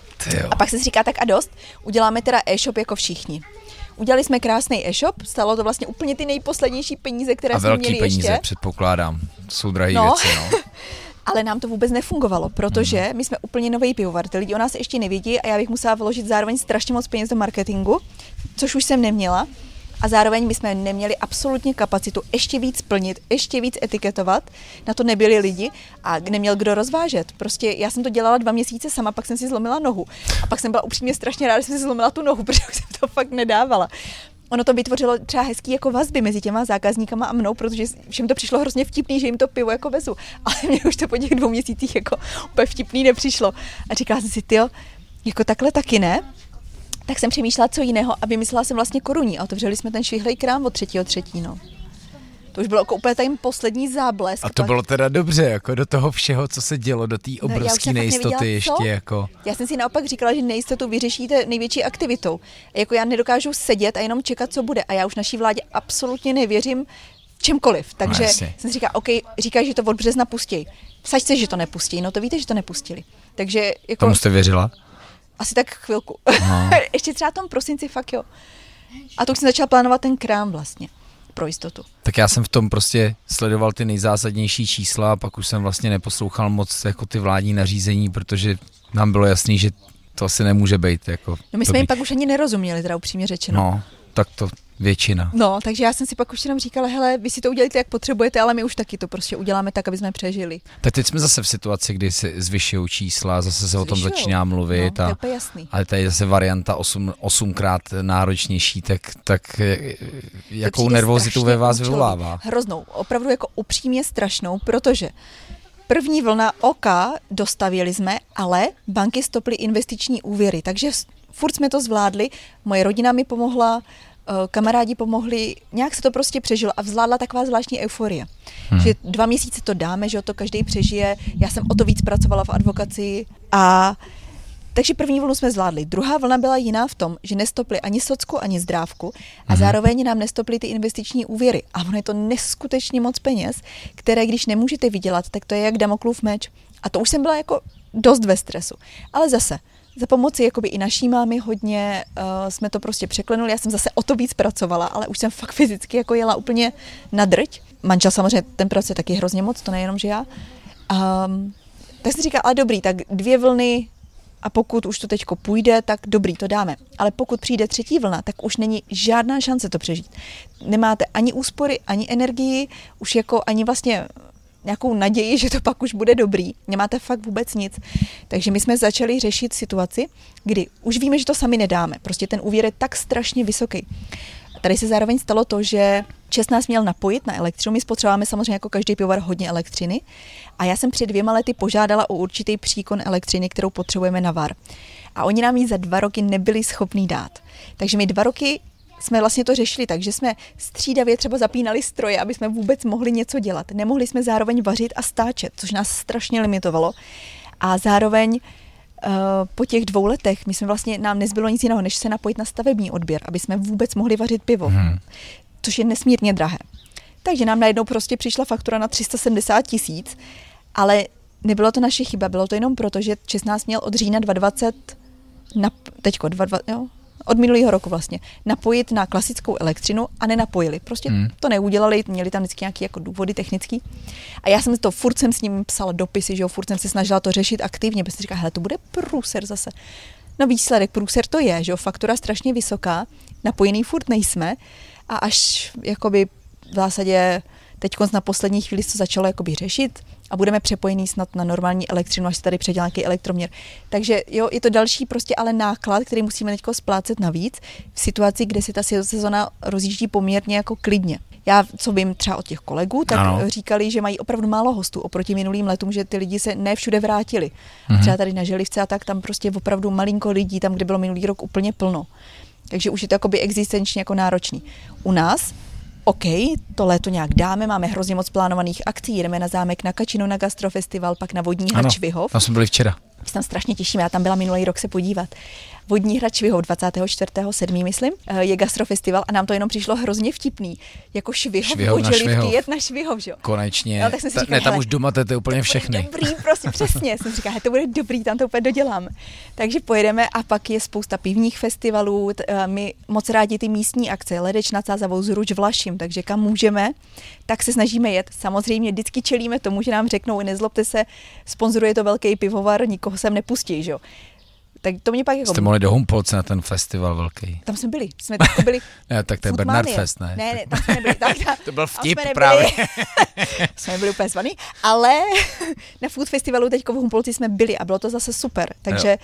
A pak se si říká, tak a dost, uděláme teda e-shop jako všichni. Udělali jsme krásný e-shop, stalo to vlastně úplně ty nejposlednější peníze, které jsme měli ještě. A velký peníze, předpokládám, jsou drahé věci, no. Ale nám to vůbec nefungovalo, protože my jsme úplně nový pivovar, ty lidi o nás ještě nevědí a já bych musela vložit zároveň strašně moc peněz do marketingu, což už jsem neměla. A zároveň my jsme neměli absolutně kapacitu ještě víc plnit, ještě víc etiketovat, na to nebyli lidi a neměl kdo rozvážet. Prostě já jsem to dělala 2 měsíce sama, pak jsem si zlomila nohu. A pak jsem byla upřímně strašně ráda, že jsem si zlomila tu nohu, protože jsem to fakt nedávala. Ono to vytvořilo třeba hezký jako vazby mezi těma zákazníkama a mnou, protože všem to přišlo hrozně vtipný, že jim to pivo jako vezu. Ale mě už to po těch 2 měsících jako úplně vtipný nepřišlo. A říkala jsem si, tyjo, jako takhle taky ne? Tak jsem přemýšlela co jiného a vymyslela jsem vlastně Koruní a otevřeli jsme ten švihlej krám od 3.3. No. To už bylo jako úplně ten poslední záblesk. A to bylo teda dobře, jako do toho všeho, co se dělo, do té obrovské nejistoty ještě jako. Já jsem si naopak říkala, že nejistotu vyřešíte největší aktivitou. Jako já nedokážu sedět a jenom čekat, co bude. A já už naší vládě absolutně nevěřím čemkoliv. Takže jsem si říkala, OK, říkají, že to od března pustí. Vsaď se, že to nepustí. No to víte, že to nepustili. Takže jako. Tomu jste věřila? Asi tak chvilku. Ještě třeba v tom prosinci fakt jo. A to už jsem začala plánovat ten krám vlastně. Pro jistotu. Tak já jsem v tom prostě sledoval ty nejzásadnější čísla a pak už jsem vlastně neposlouchal moc jako ty vládní nařízení, protože nám bylo jasný, že to asi nemůže být. Jako no my jsme jim pak už ani nerozuměli, teda upřímně řečeno. No, tak to většina. No, takže já jsem si pak už jenom říkala, hele, vy si to udělíte, jak potřebujete, ale my už taky to prostě uděláme tak, aby jsme přežili. Tak teď jsme zase v situaci, kdy se zvyšují čísla, zase se o tom začíná mluvit. No, to je jasný. Ale tady je zase varianta 8krát náročnější, tak jakou nervozitu ve vás vyvolává? Hroznou, opravdu jako upřímně strašnou, protože první vlna OK dostavili jsme, ale banky stoply investiční úvěry, takže furt jsme to zvládli, moje rodina mi pomohla, kamarádi pomohli, nějak se to prostě přežilo a zvládla taková zvláštní euforie. Že 2 měsíce to dáme, že to každý přežije, já jsem o to víc pracovala v advokaci a Takže první vlnu jsme zvládli. Druhá vlna byla jiná v tom, že nestopli ani socku, ani zdrávku a zároveň nám nestopli ty investiční úvěry. A ono je to neskutečně moc peněz, které když nemůžete vydělat, tak to je jak Damoklův meč. A to už jsem byla jako dost ve stresu. Ale zase, za pomoci jakoby i naší mámy hodně jsme to prostě překlenuli. Já jsem zase o to víc pracovala, ale už jsem fakt fyzicky jako jela úplně na drť. Manžel samozřejmě ten pracuje taky hrozně moc, to nejenom, že já. Tak jsem říkala, ale dobrý, tak 2 vlny a pokud už to teďko půjde, tak dobrý, to dáme. Ale pokud přijde 3. vlna, tak už není žádná šance to přežít. Nemáte ani úspory, ani energii, už jako ani vlastně nějakou naději, že to pak už bude dobrý. Nemáte fakt vůbec nic. Takže my jsme začali řešit situaci, kdy už víme, že to sami nedáme. Prostě ten úvěr je tak strašně vysoký. A tady se zároveň stalo to, že ČEZ nás měl napojit na elektřinu. My spotřebujeme samozřejmě jako každý pivovar hodně elektřiny. A já jsem před 2 lety požádala o určitý příkon elektřiny, kterou potřebujeme na VAR. A oni nám ji za 2 roky nebyli schopní dát. Takže my 2 roky jsme vlastně to řešili tak, že jsme střídavě třeba zapínali stroje, aby jsme vůbec mohli něco dělat. Nemohli jsme zároveň vařit a stáčet, což nás strašně limitovalo. A zároveň po těch 2 letech nám nezbylo nic jiného, než se napojit na stavební odběr, aby jsme vůbec mohli vařit pivo, což je nesmírně drahé. Takže nám najednou prostě přišla faktura na 370 000, ale nebylo to naše chyba, bylo to jenom proto, že ČEZ nás měl od října 2020 od minulého roku vlastně, napojit na klasickou elektřinu a nenapojili. Prostě to neudělali, měli tam vždycky nějaké jako důvody technický. A já jsem furt s ním psala dopisy, že jo, furt jsem se snažila to řešit aktivně, protože říká, hele, to bude průser zase. No výsledek průser to je, že jo, faktura strašně vysoká, napojený furt nejsme a až jakoby v zásadě teď na poslední chvíli to začalo jakoby řešit a budeme přepojení snad na normální elektřinu, až se tady předělá nějaký elektroměr. Takže jo, je to další prostě ale náklad, který musíme teď splácet navíc v situaci, kde si ta sezona rozjíždí poměrně jako klidně. Já, co vím třeba od těch kolegů, tak říkali, že mají opravdu málo hostů oproti minulým letům, že ty lidi se ne všude vrátili. Třeba tady na Želivce a tak, tam prostě opravdu malinko lidí, tam, kde bylo minulý rok úplně plno. Takže už je to jakoby existenčně jako náročný. U nás OK, to léto nějak dáme, máme hrozně moc plánovaných akcí, jedeme na zámek na Kačinu, na gastrofestival, pak na vodní hrad Švihov. Tam jsme byli včera. Se tam strašně těšíme, já tam byla minulý rok se podívat. Vodní hrad Švihov 24.7. myslím, je gastrofestival a nám to jenom přišlo hrozně vtipný. Jako Švihov od Želivky jet na Švihov, že jo. Konečně. No, říkala, tam už doma to je úplně všechny. Dobrý, prostě přesně. Jsem říkala, to bude dobrý, tam to úplně dodělám. Takže pojedeme a pak je spousta pivních festivalů, my moc rádi ty místní akce, Ledeč nad Sázavou, Zruč Vlašim, takže kam můžeme, tak se snažíme jet. Samozřejmě vždycky čelíme tomu, že nám řeknou, nezlobte se, sponzoruje to velký pivovar, nikoho sem nepustí, že jo. Tak to mě pak jako... Jste mohli do Humpolce na ten festival velký. Tam jsme byli. Ne, tak to je Bernard Fest, ne? Ne, tam jsme nebyli. To byl vtip právě. Jsme byli úplně zvaný, ale na Food Festivalu teďko v Humpolci jsme byli a bylo to zase super, takže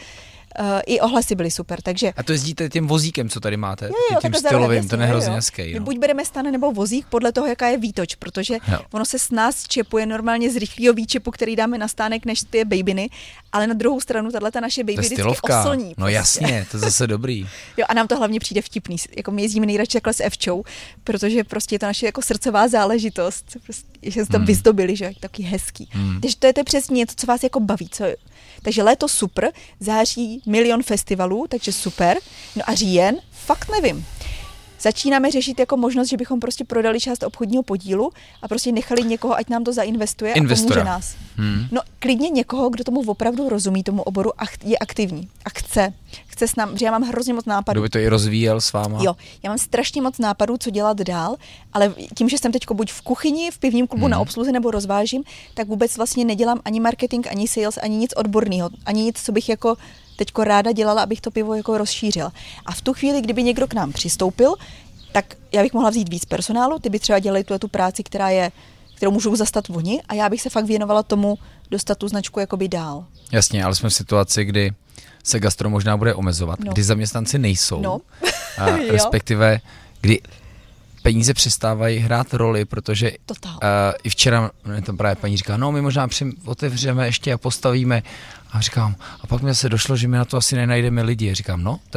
i ohlasy byly super, takže... A to jezdíte tím vozíkem, co tady máte, tím stylovým, to je hrozně hezký. No. Buď bereme stan nebo vozík podle toho, jaká je výtoč, protože ono se s nás čepuje normálně z rychlého výčepu, který dáme na stánek, než ty babiny, ale na druhou stranu tato naše baby vždycky oslní. No prostě. Jasně, to je zase dobrý. Jo, a nám to hlavně přijde vtipný, jako my jezdíme nejradši takhle s Evčou, protože prostě je to naše jako srdcová záležitost, prostě, že se tam vyzdobili, že taky hezký. Takže to je přesně něco, co vás jako baví, takže léto super, září 1 000 000 festivalů, takže super. No a říjen, fakt nevím. Začínáme řešit jako možnost, že bychom prostě prodali část obchodního podílu a prostě nechali někoho, ať nám to zainvestuje a pomůže nás. No klidně někoho, kdo tomu opravdu rozumí, tomu oboru a je aktivní a chce s námi, že já mám hrozně moc nápadů. Kdo by to i rozvíjel s váma? Jo, já mám strašně moc nápadů, co dělat dál, ale tím, že jsem teďko buď v kuchyni, v pivním klubu na obsluze nebo rozvážím, tak vůbec vlastně nedělám ani marketing, ani sales, ani nic odborného, ani nic, co bych jako teďko ráda dělala, abych to pivo jako rozšířila. A v tu chvíli, kdyby někdo k nám přistoupil, tak já bych mohla vzít víc personálu, ty by třeba dělali tu práci, kterou můžou zastat oni a já bych se fakt věnovala tomu dostat tu značku jakoby dál. Jasně, ale jsme v situaci, kdy se gastro možná bude omezovat, kdy zaměstnanci nejsou, respektive kdy peníze přestávají hrát roli, protože i včera tam právě paní říká, no my možná otevřeme ještě a postavíme a říkám, a pak mi se došlo, že my na to asi nenajdeme lidi. A říkám, no to je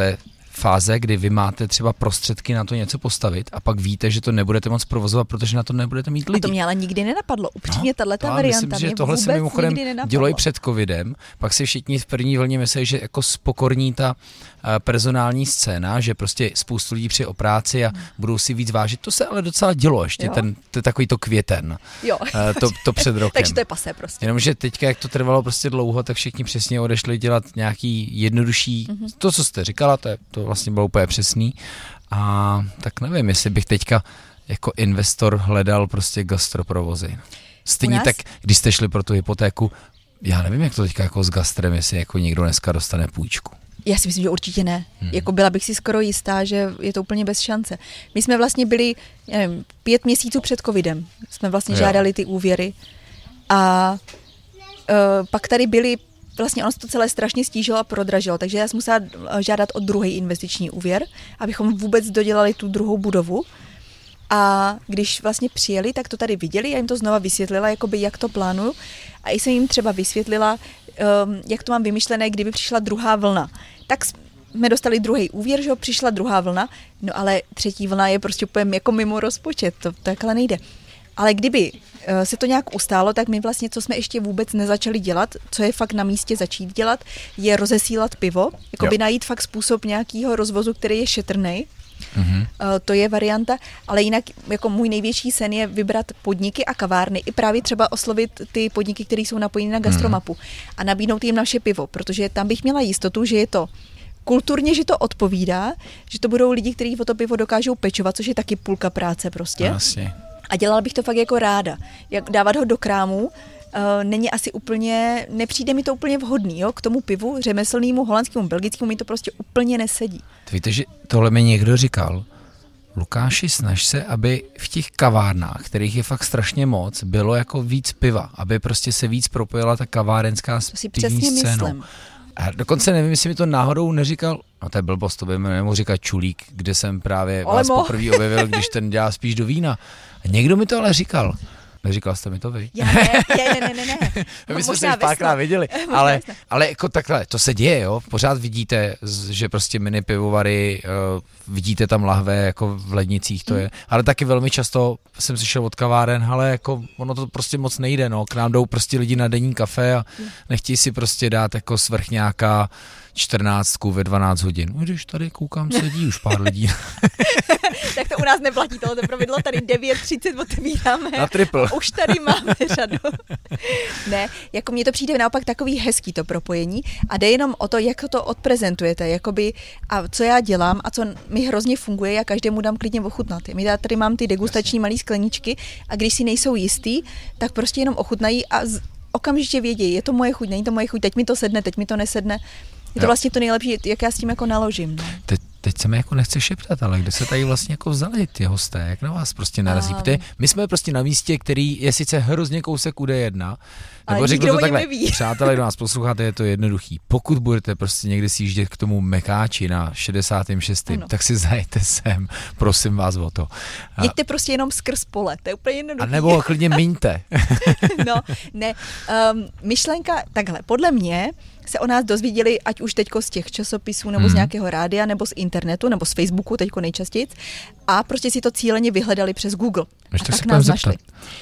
fáze, kdy vy máte třeba prostředky na to něco postavit a pak víte, že to nebudete moc provozovat, protože na to nebudete mít lidi. A to mě ale nikdy nenapadlo. Upřímně tato varianta myslím, že mě tohle vůbec se mimochodem nikdy nenapadlo. dělo i před covidem, pak si všichni v první vlně mysleli, že jako spokorní ta personální scéna, že prostě spoustu lidí přijde o práci a budou si víc vážit. To se ale docela dělo ještě, to takový to květen. Jo. To před rokem. Takže to je pasé prostě. Jenomže teďka, jak to trvalo prostě dlouho, tak všichni přesně odešli dělat nějaký jednodušší, to, co jste říkala, to vlastně bylo úplně přesný. A tak nevím, jestli bych teďka jako investor hledal prostě gastroprovozy. Stejně tak, když jste šli pro tu hypotéku, já nevím, jak to teďka jako s gastrem, jestli jako někdo dneska dostane půjčku. Já si myslím, že určitě ne. Jako byla bych si skoro jistá, že je to úplně bez šance. My jsme vlastně byli, nevím, 5 měsíců před covidem. Jsme vlastně žádali ty úvěry. A pak tady byli, vlastně ono se to celé strašně stížilo a prodražilo, takže já jsem musela žádat o druhý investiční úvěr, abychom vůbec dodělali tu druhou budovu. A když vlastně přijeli, tak to tady viděli, já jim to znova vysvětlila, jakoby jak to plánuju. A i jsem jim třeba vysvětlila, jak to mám vymyšlené, kdyby přišla druhá vlna. Tak jsme dostali druhý úvěr, že přišla druhá vlna, no ale třetí vlna je prostě úplně jako mimo rozpočet, to takhle nejde. Ale kdyby se to nějak ustálo, tak my vlastně, co jsme ještě vůbec nezačali dělat, co je fakt na místě začít dělat, je rozesílat pivo, jakoby najít fakt způsob nějakého rozvozu, který je šetrnej. To je varianta, ale jinak jako můj největší sen je vybrat podniky a kavárny i právě třeba oslovit ty podniky, které jsou napojeny na gastromapu a nabídnout jim naše pivo, protože tam bych měla jistotu, že je to kulturně, že to odpovídá, že to budou lidi, kteří o to pivo dokážou pečovat, což je taky půlka práce prostě. Vlastně. A dělala bych to fakt jako ráda. Jak dávat ho do krámu, není asi úplně, nepřijde mi to úplně vhodný, jo? K tomu pivu, řemeslnému, holandskému, belgickému mi to prostě úplně nesedí. Víte, že tohle mi někdo říkal, Lukáši, snaž se, aby v těch kavárnách, kterých je fakt strašně moc, bylo jako víc piva, aby prostě se víc propojila ta kavárenská s pivní scénou. A dokonce nevím, jestli mi to náhodou neříkal, no to je blbost, to by mi nemohl říkat Čulík, kde jsem právě vás poprvé objevil, když ten dělá spíš do vína. A někdo mi to ale říkal. Neříkal jste mi to vy? Ne. My jsme se už párkrát viděli, ale jako takhle, to se děje, jo? Pořád vidíte, že prostě mini pivovary, vidíte tam lahve jako v lednicích, to je, ale taky velmi často jsem slyšel od kaváren, ale jako ono to prostě moc nejde, no, k nám jdou prostě lidi na denní kafe a nechtějí si prostě dát jako svrch nějaká 14 ve 12 hodin. Když tady koukám, sedí už pár lidí. Tak to u nás neplatí tohoto pravidlo, tady 9:30 otevíráme. Na triple. Už tady máme řadu. Ne, jako mně to přijde naopak takový hezký to propojení a jde jenom o to, jak to odprezentujete, jakoby, a co já dělám a co mi hrozně funguje, já každému dám klidně ochutnat. My tady mám ty degustační malé skleničky a když si nejsou jistý, tak prostě jenom ochutnají a okamžitě vědí, je to moje chuť, není to moje chuť, teď mi to sedne, teď mi to nesedne. Je to vlastně to nejlepší, jak já s tím jako naložím. No. Teď se mi jako nechce šeptat, ale kde se tady vlastně jako vzali ty hosté, jak na vás prostě narazí? Protože my jsme prostě na místě, který je sice hrozně kousek u D1, nebo řeknu to takhle, přátelé, kdo nás posloucháte, je to jednoduchý. Pokud budete prostě někdy sjíždět k tomu Mekáči na 66., tak si zajďte sem, prosím vás o to. Jeďte prostě jenom skrz pole, to je úplně jednoduchý. A nebo klidně miňte. No, ne, myšlenka, takhle, podle mě se o nás dozvěděli, ať už teďko z těch časopisů, nebo z nějakého rádia, nebo z internetu, nebo z Facebooku, teďko nejčastěji, a prostě si to cíleně vyhledali přes Google. Ještě a tak nás našli.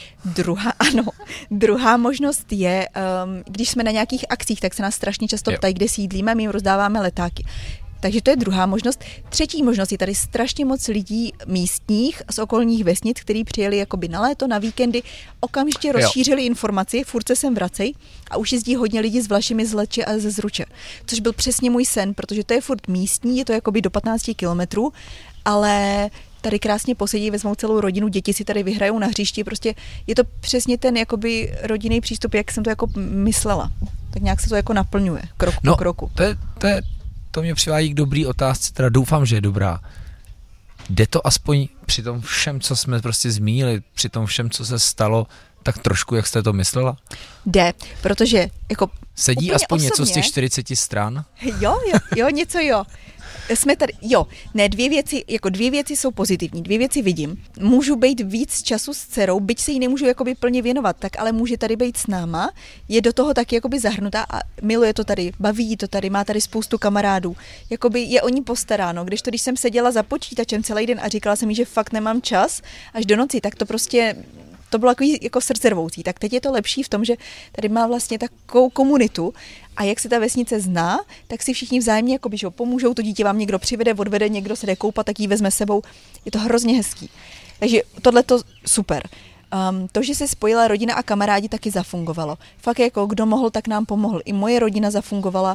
Druhá možnost je, když jsme na nějakých akcích, tak se nás strašně často ptají, kde sídlíme, my jim rozdáváme letáky. Takže to je druhá možnost. Třetí možnost je tady strašně moc lidí místních z okolních vesnic, kteří přijeli jakoby na léto, na víkendy, okamžitě rozšířili informaci, furt se sem vracej a už jezdí hodně lidí s Vlašimi z Leče a ze Zruče. Což byl přesně můj sen, protože to je furt místní, je to jakoby do 15 kilometrů, ale tady krásně posedí, vezmou celou rodinu, děti si tady vyhrajou na hřišti, prostě je to přesně ten jakoby rodinný přístup, jak jsem to jako myslela. Tak nějak se to jako naplňuje, krok po kroku. To mě přivádí k dobrý otázce, teda doufám, že je dobrá. Jde to aspoň při tom všem, co jsme prostě zmínili, při tom všem, co se stalo, tak trošku, jak jste to myslela? Jde, protože jako Sedí úplně aspoň osobně, něco z těch 40 stran? Jo, něco jo. Jsme tady, ne, dvě věci jsou pozitivní, dvě věci vidím. Můžu být víc času s dcerou, byť se jí nemůžu jakoby plně věnovat, tak ale může tady být s náma, je do toho taky jakoby zahrnutá a miluje to tady, baví jí to tady, má tady spoustu kamarádů, jakoby je o ní postaráno, když jsem seděla za počítačem celý den a říkala jsem jí, že fakt nemám čas až do noci, tak to prostě to bylo takový jako srdcervoucí. Tak teď je to lepší v tom, že tady má vlastně takovou komunitu a jak se ta vesnice zná, tak si všichni vzájemně jakoby, že pomůžou, to dítě vám někdo přivede, odvede, někdo se jde koupat, tak jí vezme sebou. Je to hrozně hezký. Takže tohle to super. To, že se spojila rodina a kamarádi, taky zafungovalo. Fakt jako kdo mohl, tak nám pomohl. I moje rodina zafungovala.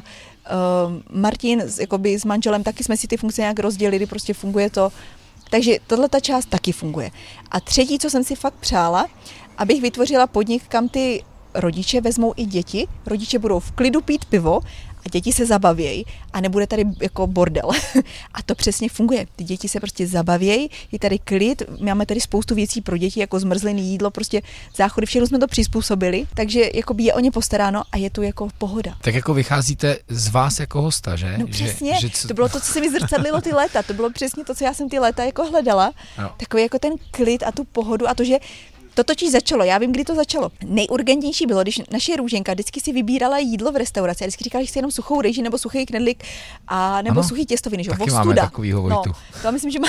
Martin jakoby, s manželem taky jsme si ty funkce nějak rozdělili, prostě funguje to. Takže tato část taky funguje. A třetí, co jsem si fakt přála, abych vytvořila podnik, kam ty rodiče vezmou i děti. Rodiče budou v klidu pít pivo a děti se zabavějí a nebude tady jako bordel. A to přesně funguje. Ty děti se prostě zabavějí, je tady klid, máme tady spoustu věcí pro děti, jako zmrzliny, jídlo, prostě záchody, všechno jsme to přizpůsobili, takže jakoby je o ně postaráno a je tu jako pohoda. Tak jako vycházíte z vás jako hosta, že? No přesně, to bylo to, co se mi zrcadlilo ty léta, to bylo přesně to, co já jsem ty léta jako hledala, takový jako ten klid a tu pohodu a to, že to totiž začalo, já vím, kdy to začalo. Nejurgentnější bylo, když naše Růženka vždycky si vybírala jídlo v restauraci a vždycky říkala, že chce jenom suchou rejži nebo suchý knedlík a nebo suchý těstoviny, že taky máme takovýho Vojtu. No, to myslím, že má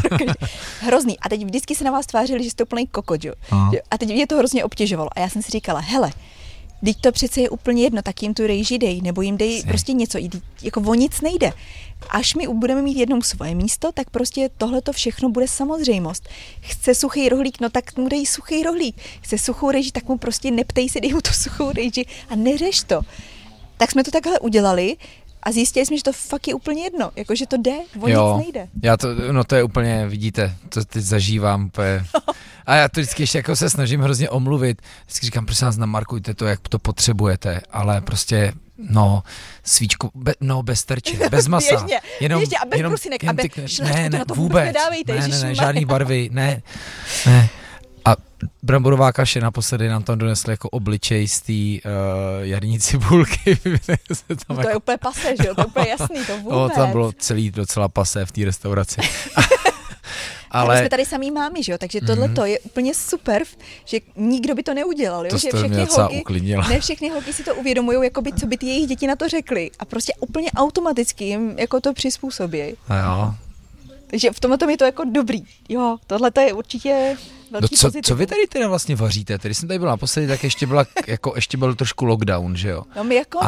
hrozný. A teď vždycky se na vás tvářili, že jste úplný kokot, jo. A teď mě to hrozně obtěžovalo. A já jsem si říkala, hele, teď to přece je úplně jedno, tak jim tu rejži dej, nebo jim dej prostě něco, jako o nic nejde. Až my budeme mít jednou svoje místo, tak prostě tohleto všechno bude samozřejmost. Chce suchý rohlík, no tak mu dej suchý rohlík. Chce suchou rejži, tak mu prostě neptej si, dej mu tu suchou rejži a neřeš to. Tak jsme to takhle udělali a zjistili jsme, že to fakt je úplně jedno, jakože to jde, o nic nejde. To je úplně, vidíte, to teď zažívám úplně. A já to vždycky ještě jako se snažím hrozně omluvit. Vždycky říkám, prosím vás, namarkujte to, jak to potřebujete, ale prostě, svíčku, bez terče, bez masa. Běžně, a bez brusinek, ne, vůbec, ne, žádný barvy, ne. A bramborová kaše naposledy nám tam donesli jako obličej z té jarní cibulky. To je úplně pase, že jo, to je úplně jasný, to vůbec. No, tam bylo celý docela pase v té restauraci. Ale my jsme tady samý mámy, že jo, takže tohleto je úplně super, že nikdo by to neudělal, jo, to že všechny holky si to uvědomují, jakoby, co by ty jejich děti na to řekly a prostě úplně automaticky jim jako to přizpůsobí. A jo. Takže v tomhle je to jako dobrý, jo, tohleto je určitě velký pozitiv. Co vy tady teda vlastně vaříte? Když jsem tady byla naposledy, tak ještě byl trošku lockdown, že jo? No my jako,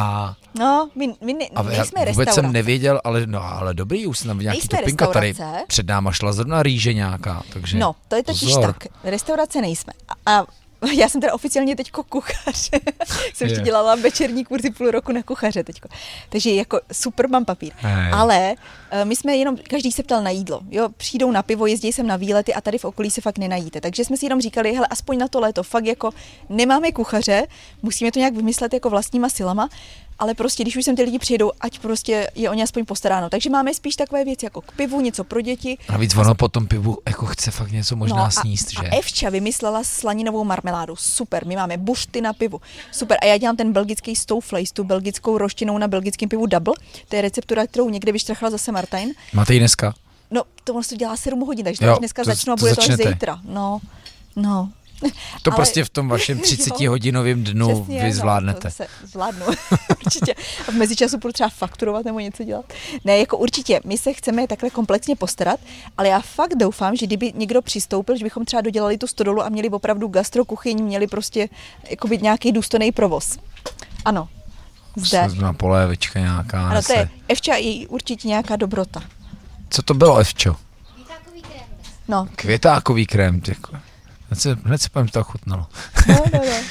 my nejsme restaurace. Vůbec jsem nevěděl, ale dobrý, už jsem tam nějaký topinka tady před náma šla zrovna rýže nějaká, takže no, to je totiž tak, restaurace nejsme. A já jsem teda oficiálně teďko kuchař. Jsem ještě dělala večerní kurzy půl roku na kuchaře teďko. Takže jako super mám papír. Ale my jsme jenom, každý se ptal na jídlo. Jo, přijdou na pivo, jezdí sem na výlety a tady v okolí se fakt nenajíte. Takže jsme si jenom říkali, hele, aspoň na to léto, fakt jako nemáme kuchaře, musíme to nějak vymyslet jako vlastníma silama. Ale prostě, když už sem ty lidi přijedou, ať prostě je o ně aspoň postaráno. Takže máme spíš takové věci jako k pivu, něco pro děti. A víc ono po tom pivu jako chce fakt něco možná sníst, že? A Evča vymyslela slaninovou marmeládu. Super, my máme bušty na pivu. Super, a já dělám ten belgický Stouflace, tu belgickou roštinou na belgickém pivu Double. To je receptura, kterou někde vyštrachla zase Martin. Máte ji dneska? No, to dělá 7 hodin, takže to dneska začnu a bude to až zítra. No. To prostě v tom vašem 30-hodinovém dnu přesně, vy zvládnete. To zvládnu, určitě. A v mezičasu budu třeba fakturovat nebo něco dělat. Ne, jako určitě, my se chceme takhle komplexně postarat, ale já fakt doufám, že kdyby někdo přistoupil, že bychom třeba dodělali tu stodolu a měli opravdu gastrokuchyň, měli prostě jako být nějaký důstojný provoz. Ano. Zde. Na polévička nějaká. Ano, to je Evča je určitě nějaká dobrota. Co to bylo, Evčo? Květákový krém. No. Květákový krém, děkuji. Hned se to chutnalo. No.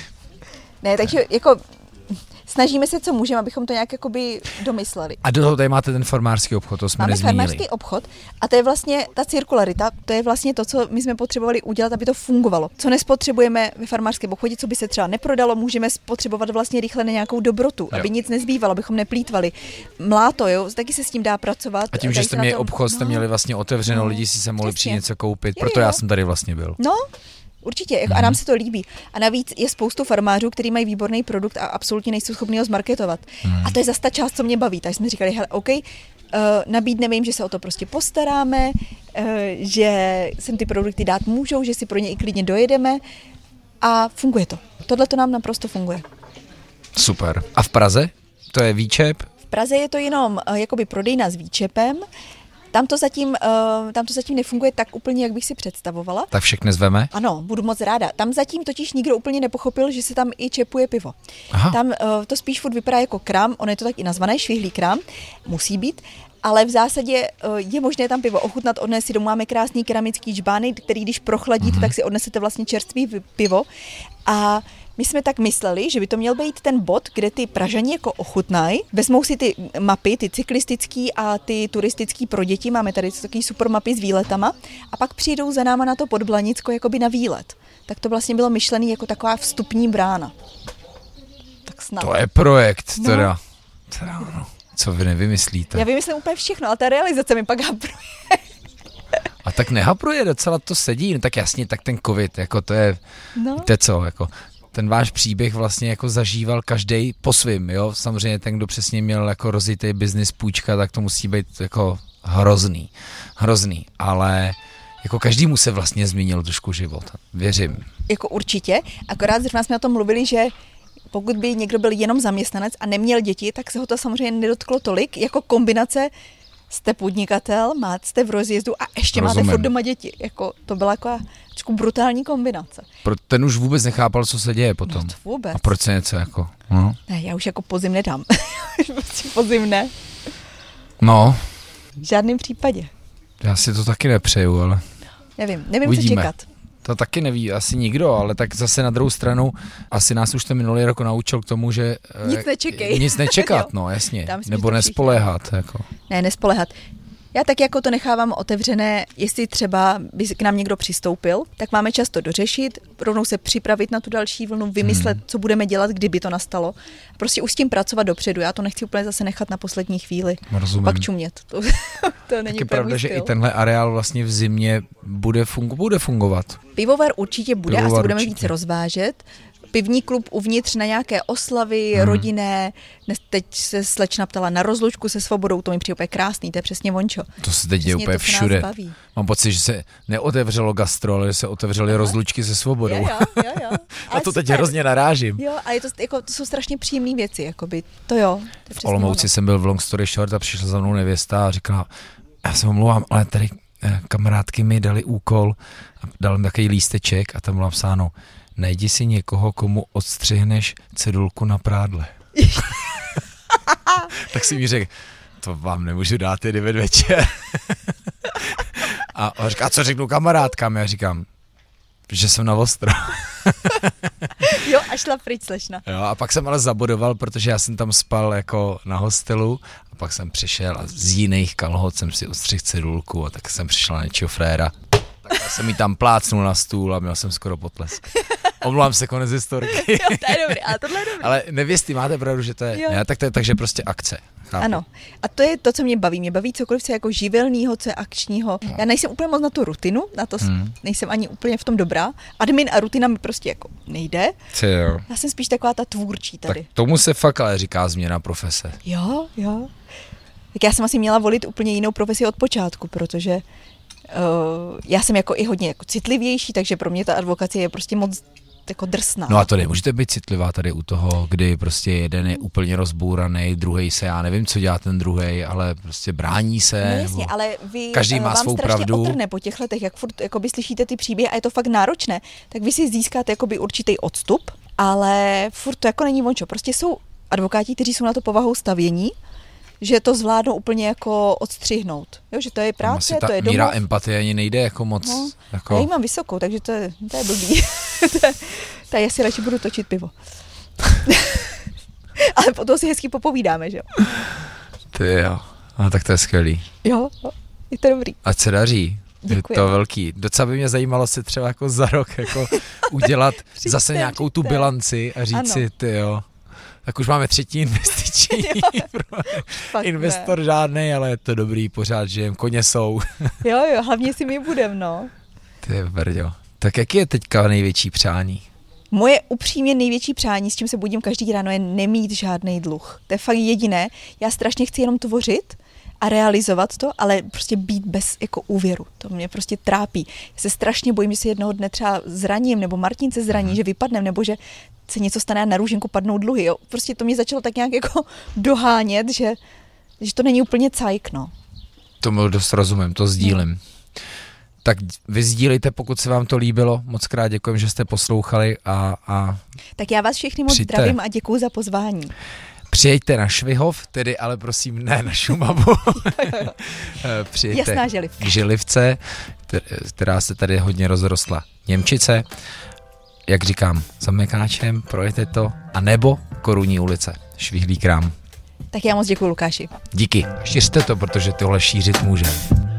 Ne, takže jako snažíme se, co můžeme, abychom to nějak jakoby domysleli. A do toho tady máte ten farmářský obchod, to jsme nezmínili. Máme farmářský obchod a to je vlastně ta cirkularita, to je vlastně to, co my jsme potřebovali udělat, aby to fungovalo. Co nespotřebujeme ve farmářském obchodě, co by se třeba neprodalo, můžeme spotřebovat vlastně rychle na nějakou dobrotu, aby nic nezbývalo, abychom neplýtvali. Mláto, jo, taky se s tím dá pracovat. A tím, že jste měli obchod, jste měli vlastně otevřeno, lidi si se mohli přijít něco koupit, proto já jsem tady vlastně byl. No. Určitě, a nám se to líbí. A navíc je spoustu farmářů, kteří mají výborný produkt a absolutně nejsou schopni ho zmarketovat. A to je zase ta část, co mě baví. Takže jsme říkali, hele, OK, nabídneme jim, že se o to prostě postaráme, že sem ty produkty dát můžou, že si pro ně i klidně dojedeme a funguje to. Tohle to nám naprosto funguje. Super. A v Praze? To je výčep? V Praze je to jenom jakoby prodejna s výčepem. Tam to zatím nefunguje tak úplně, jak bych si představovala. Tak všechny zveme? Ano, budu moc ráda. Tam zatím totiž nikdo úplně nepochopil, že se tam i čepuje pivo. Aha. Tam to spíš furt vypadá jako krám, ono je to tak i nazvané, švihlý krám, musí být, ale v zásadě je možné tam pivo ochutnat, odnést si domů. Máme krásný keramický džbány, který když prochladíte, tak si odnesete vlastně čerstvý pivo. A my jsme tak mysleli, že by to měl být ten bod, kde ty Pražani jako ochutnají, vezmou si ty mapy, ty cyklistický a ty turistický pro děti, máme tady takový super mapy s výletama, a pak přijdou za náma na to Podblanicko jakoby na výlet. Tak to vlastně bylo myšlený jako taková vstupní brána. Tak snad. To je projekt, teda no. Co vy nevymyslíte? Já vymyslím úplně všechno, ale ta realizace mi pak hapruje. A tak nehapruje, docela to sedí, no tak jasně, tak ten covid, jako to je, víte co, jako ten váš příběh vlastně jako zažíval každej po svým, jo, samozřejmě ten, kdo přesně měl jako rozjetý business půjčka, tak to musí být jako hrozný, ale jako každému se vlastně změnil trošku život, věřím. Jako určitě, akorát zrovna jsme o tom mluvili, že pokud by někdo byl jenom zaměstnanec a neměl děti, tak se ho to samozřejmě nedotklo tolik, jako kombinace jste podnikatel, jste v rozjezdu a ještě máte furt doma děti. Jako, to byla jako brutální kombinace. Ten už vůbec nechápal, co se děje potom. No to vůbec. A proč se něco jako? No. Ne, já už jako podzim nedám. Prostě podzim ne. No. V žádném případě. Já si to taky nepřeju, ale... Nevím, co čekat. To taky neví asi nikdo, ale tak zase na druhou stranu asi nás už ten minulý rok naučil k tomu, že nic nečekat, no jasně, nebo nespoléhat. Jako. Ne, nespoléhat. Já tak jako to nechávám otevřené, jestli třeba by k nám někdo přistoupil, tak máme čas to dořešit, rovnou se připravit na tu další vlnu, vymyslet, co budeme dělat, kdyby to nastalo. Prostě už s tím pracovat dopředu, já to nechci úplně zase nechat na poslední chvíli. Rozumím. Pak čumět. To není tak je pravda, že i tenhle areál vlastně v zimě bude fungovat. Pivovar určitě bude, asi budeme víc rozvážet. Pivní klub uvnitř na nějaké oslavy rodinné. Teď se slečna ptala na rozlučku se Svobodou, to mi přijde úplně krásný, to je přesně vončo. To se teď děje úplně všude. Mám pocit, že se neotevřelo gastro, ale že se otevřely rozlučky se Svobodou. Jo. A to teď hrozně narážím. Jo, ale to jsou strašně příjemné věci, jakoby. To jo. V Olomouci jsem byl v Long Story Short a přišla za mnou nevěsta a říkala, já se omlouvám, ale tady kamarádky mi dali úkol a dal mi takový lísteček a tam bylo napsáno: najdi si někoho, komu odstřihneš cedulku na prádle. Tak si mi řekl, to vám nemůžu dát, je 9 večer. A on říká, co řeknu kamarádkám? Já říkám, že jsem na ostro. Jo, a šla pryč slečna. Jo, a pak jsem ale zabodoval, protože já jsem tam spal jako na hostelu a pak jsem přišel a z jiných kalhot jsem si odstřihl cedulku a tak jsem přišel na něčího fréra. Tak já jsem jí tam plácnul na stůl a měl jsem skoro potlesk. Omlouvám se, konec historky. Jo, to je dobrý, ale tohle je dobrý. Ale nevěstí, máte pravdu, že to je, ne, tak to je takže prostě akce. Chápu. Ano, a to je to, co mě baví. Mě baví cokoliv, co je jako živelného, co je akčního. Já nejsem úplně moc na tu rutinu, na to nejsem ani úplně v tom dobrá. Admin a rutina mi prostě jako nejde. Jo. Já jsem spíš taková ta tvůrčí tady. Tak tomu se fakt ale říká změna profese. Jo. Tak já jsem asi měla volit úplně jinou profesi od počátku, protože já jsem jako i hodně jako citlivější, takže pro mě ta advokacie je prostě moc jako drsná. No a to nemůžete být citlivá tady u toho, kdy prostě jeden je úplně rozbouraný, druhej se, já nevím, co dělá ten druhej, ale prostě brání se. No jasně, ale vy každý má vám svou strašně pravdu. otrhne po těch letech, jak furt jakoby slyšíte ty příběhy a je to fakt náročné, tak vy si získáte jakoby určitý odstup, ale furt to jako není vončo. Prostě jsou advokáti, kteří jsou na to povahou stavění, že to zvládnou úplně jako odstřihnout. Jo, že to je práce, to je domov. Míra empatie ani nejde jako moc. No, jako... Já ji mám vysokou, takže to je blbý. Tak já si radši budu točit pivo. Ale potom si hezky popovídáme, že jo? Ty jo, no, tak to je skvělý. Jo, je to dobrý. Ať se daří. Děkuji. Je to velký. Docela by mě zajímalo se třeba jako za rok jako udělat zase nějakou tu bilanci a říct si, ty jo, tak už máme 3. investiční. Investor žádnej, ale je to dobrý, pořád žijem, koně jsou. Jo, hlavně si my budem, no. Ty brďo. Tak jaký je teďka největší přání? Moje upřímně největší přání, s čím se budím každý ráno, je nemít žádný dluh. To je fakt jediné. Já strašně chci jenom tvořit a realizovat to, ale prostě být bez jako úvěru. To mě prostě trápí. Já se strašně bojím, že si jednoho dne třeba zraním, nebo Martin se zraní, že vypadnem, nebo že se něco stane a na růženku padnou dluhy. Jo. Prostě to mě začalo tak nějak jako dohánět, že to není úplně cajk, no. Tomu dost rozumím, to sdílím. Tak vy sdílejte, pokud se vám to líbilo. Moc krát děkujem, že jste poslouchali a tak já vás všechny moc zdravím a děkuju za pozvání. Přijeďte na Švihov, tedy ale prosím ne na Šumavu. Přijeďte k Žilivce, která se tady hodně rozrostla. Němčice, jak říkám, za Mekáčem, projďte to, a nebo Korunní ulice, Švihlý krám. Tak já moc děkuju, Lukáši. Díky, šířte to, protože tohle šířit může.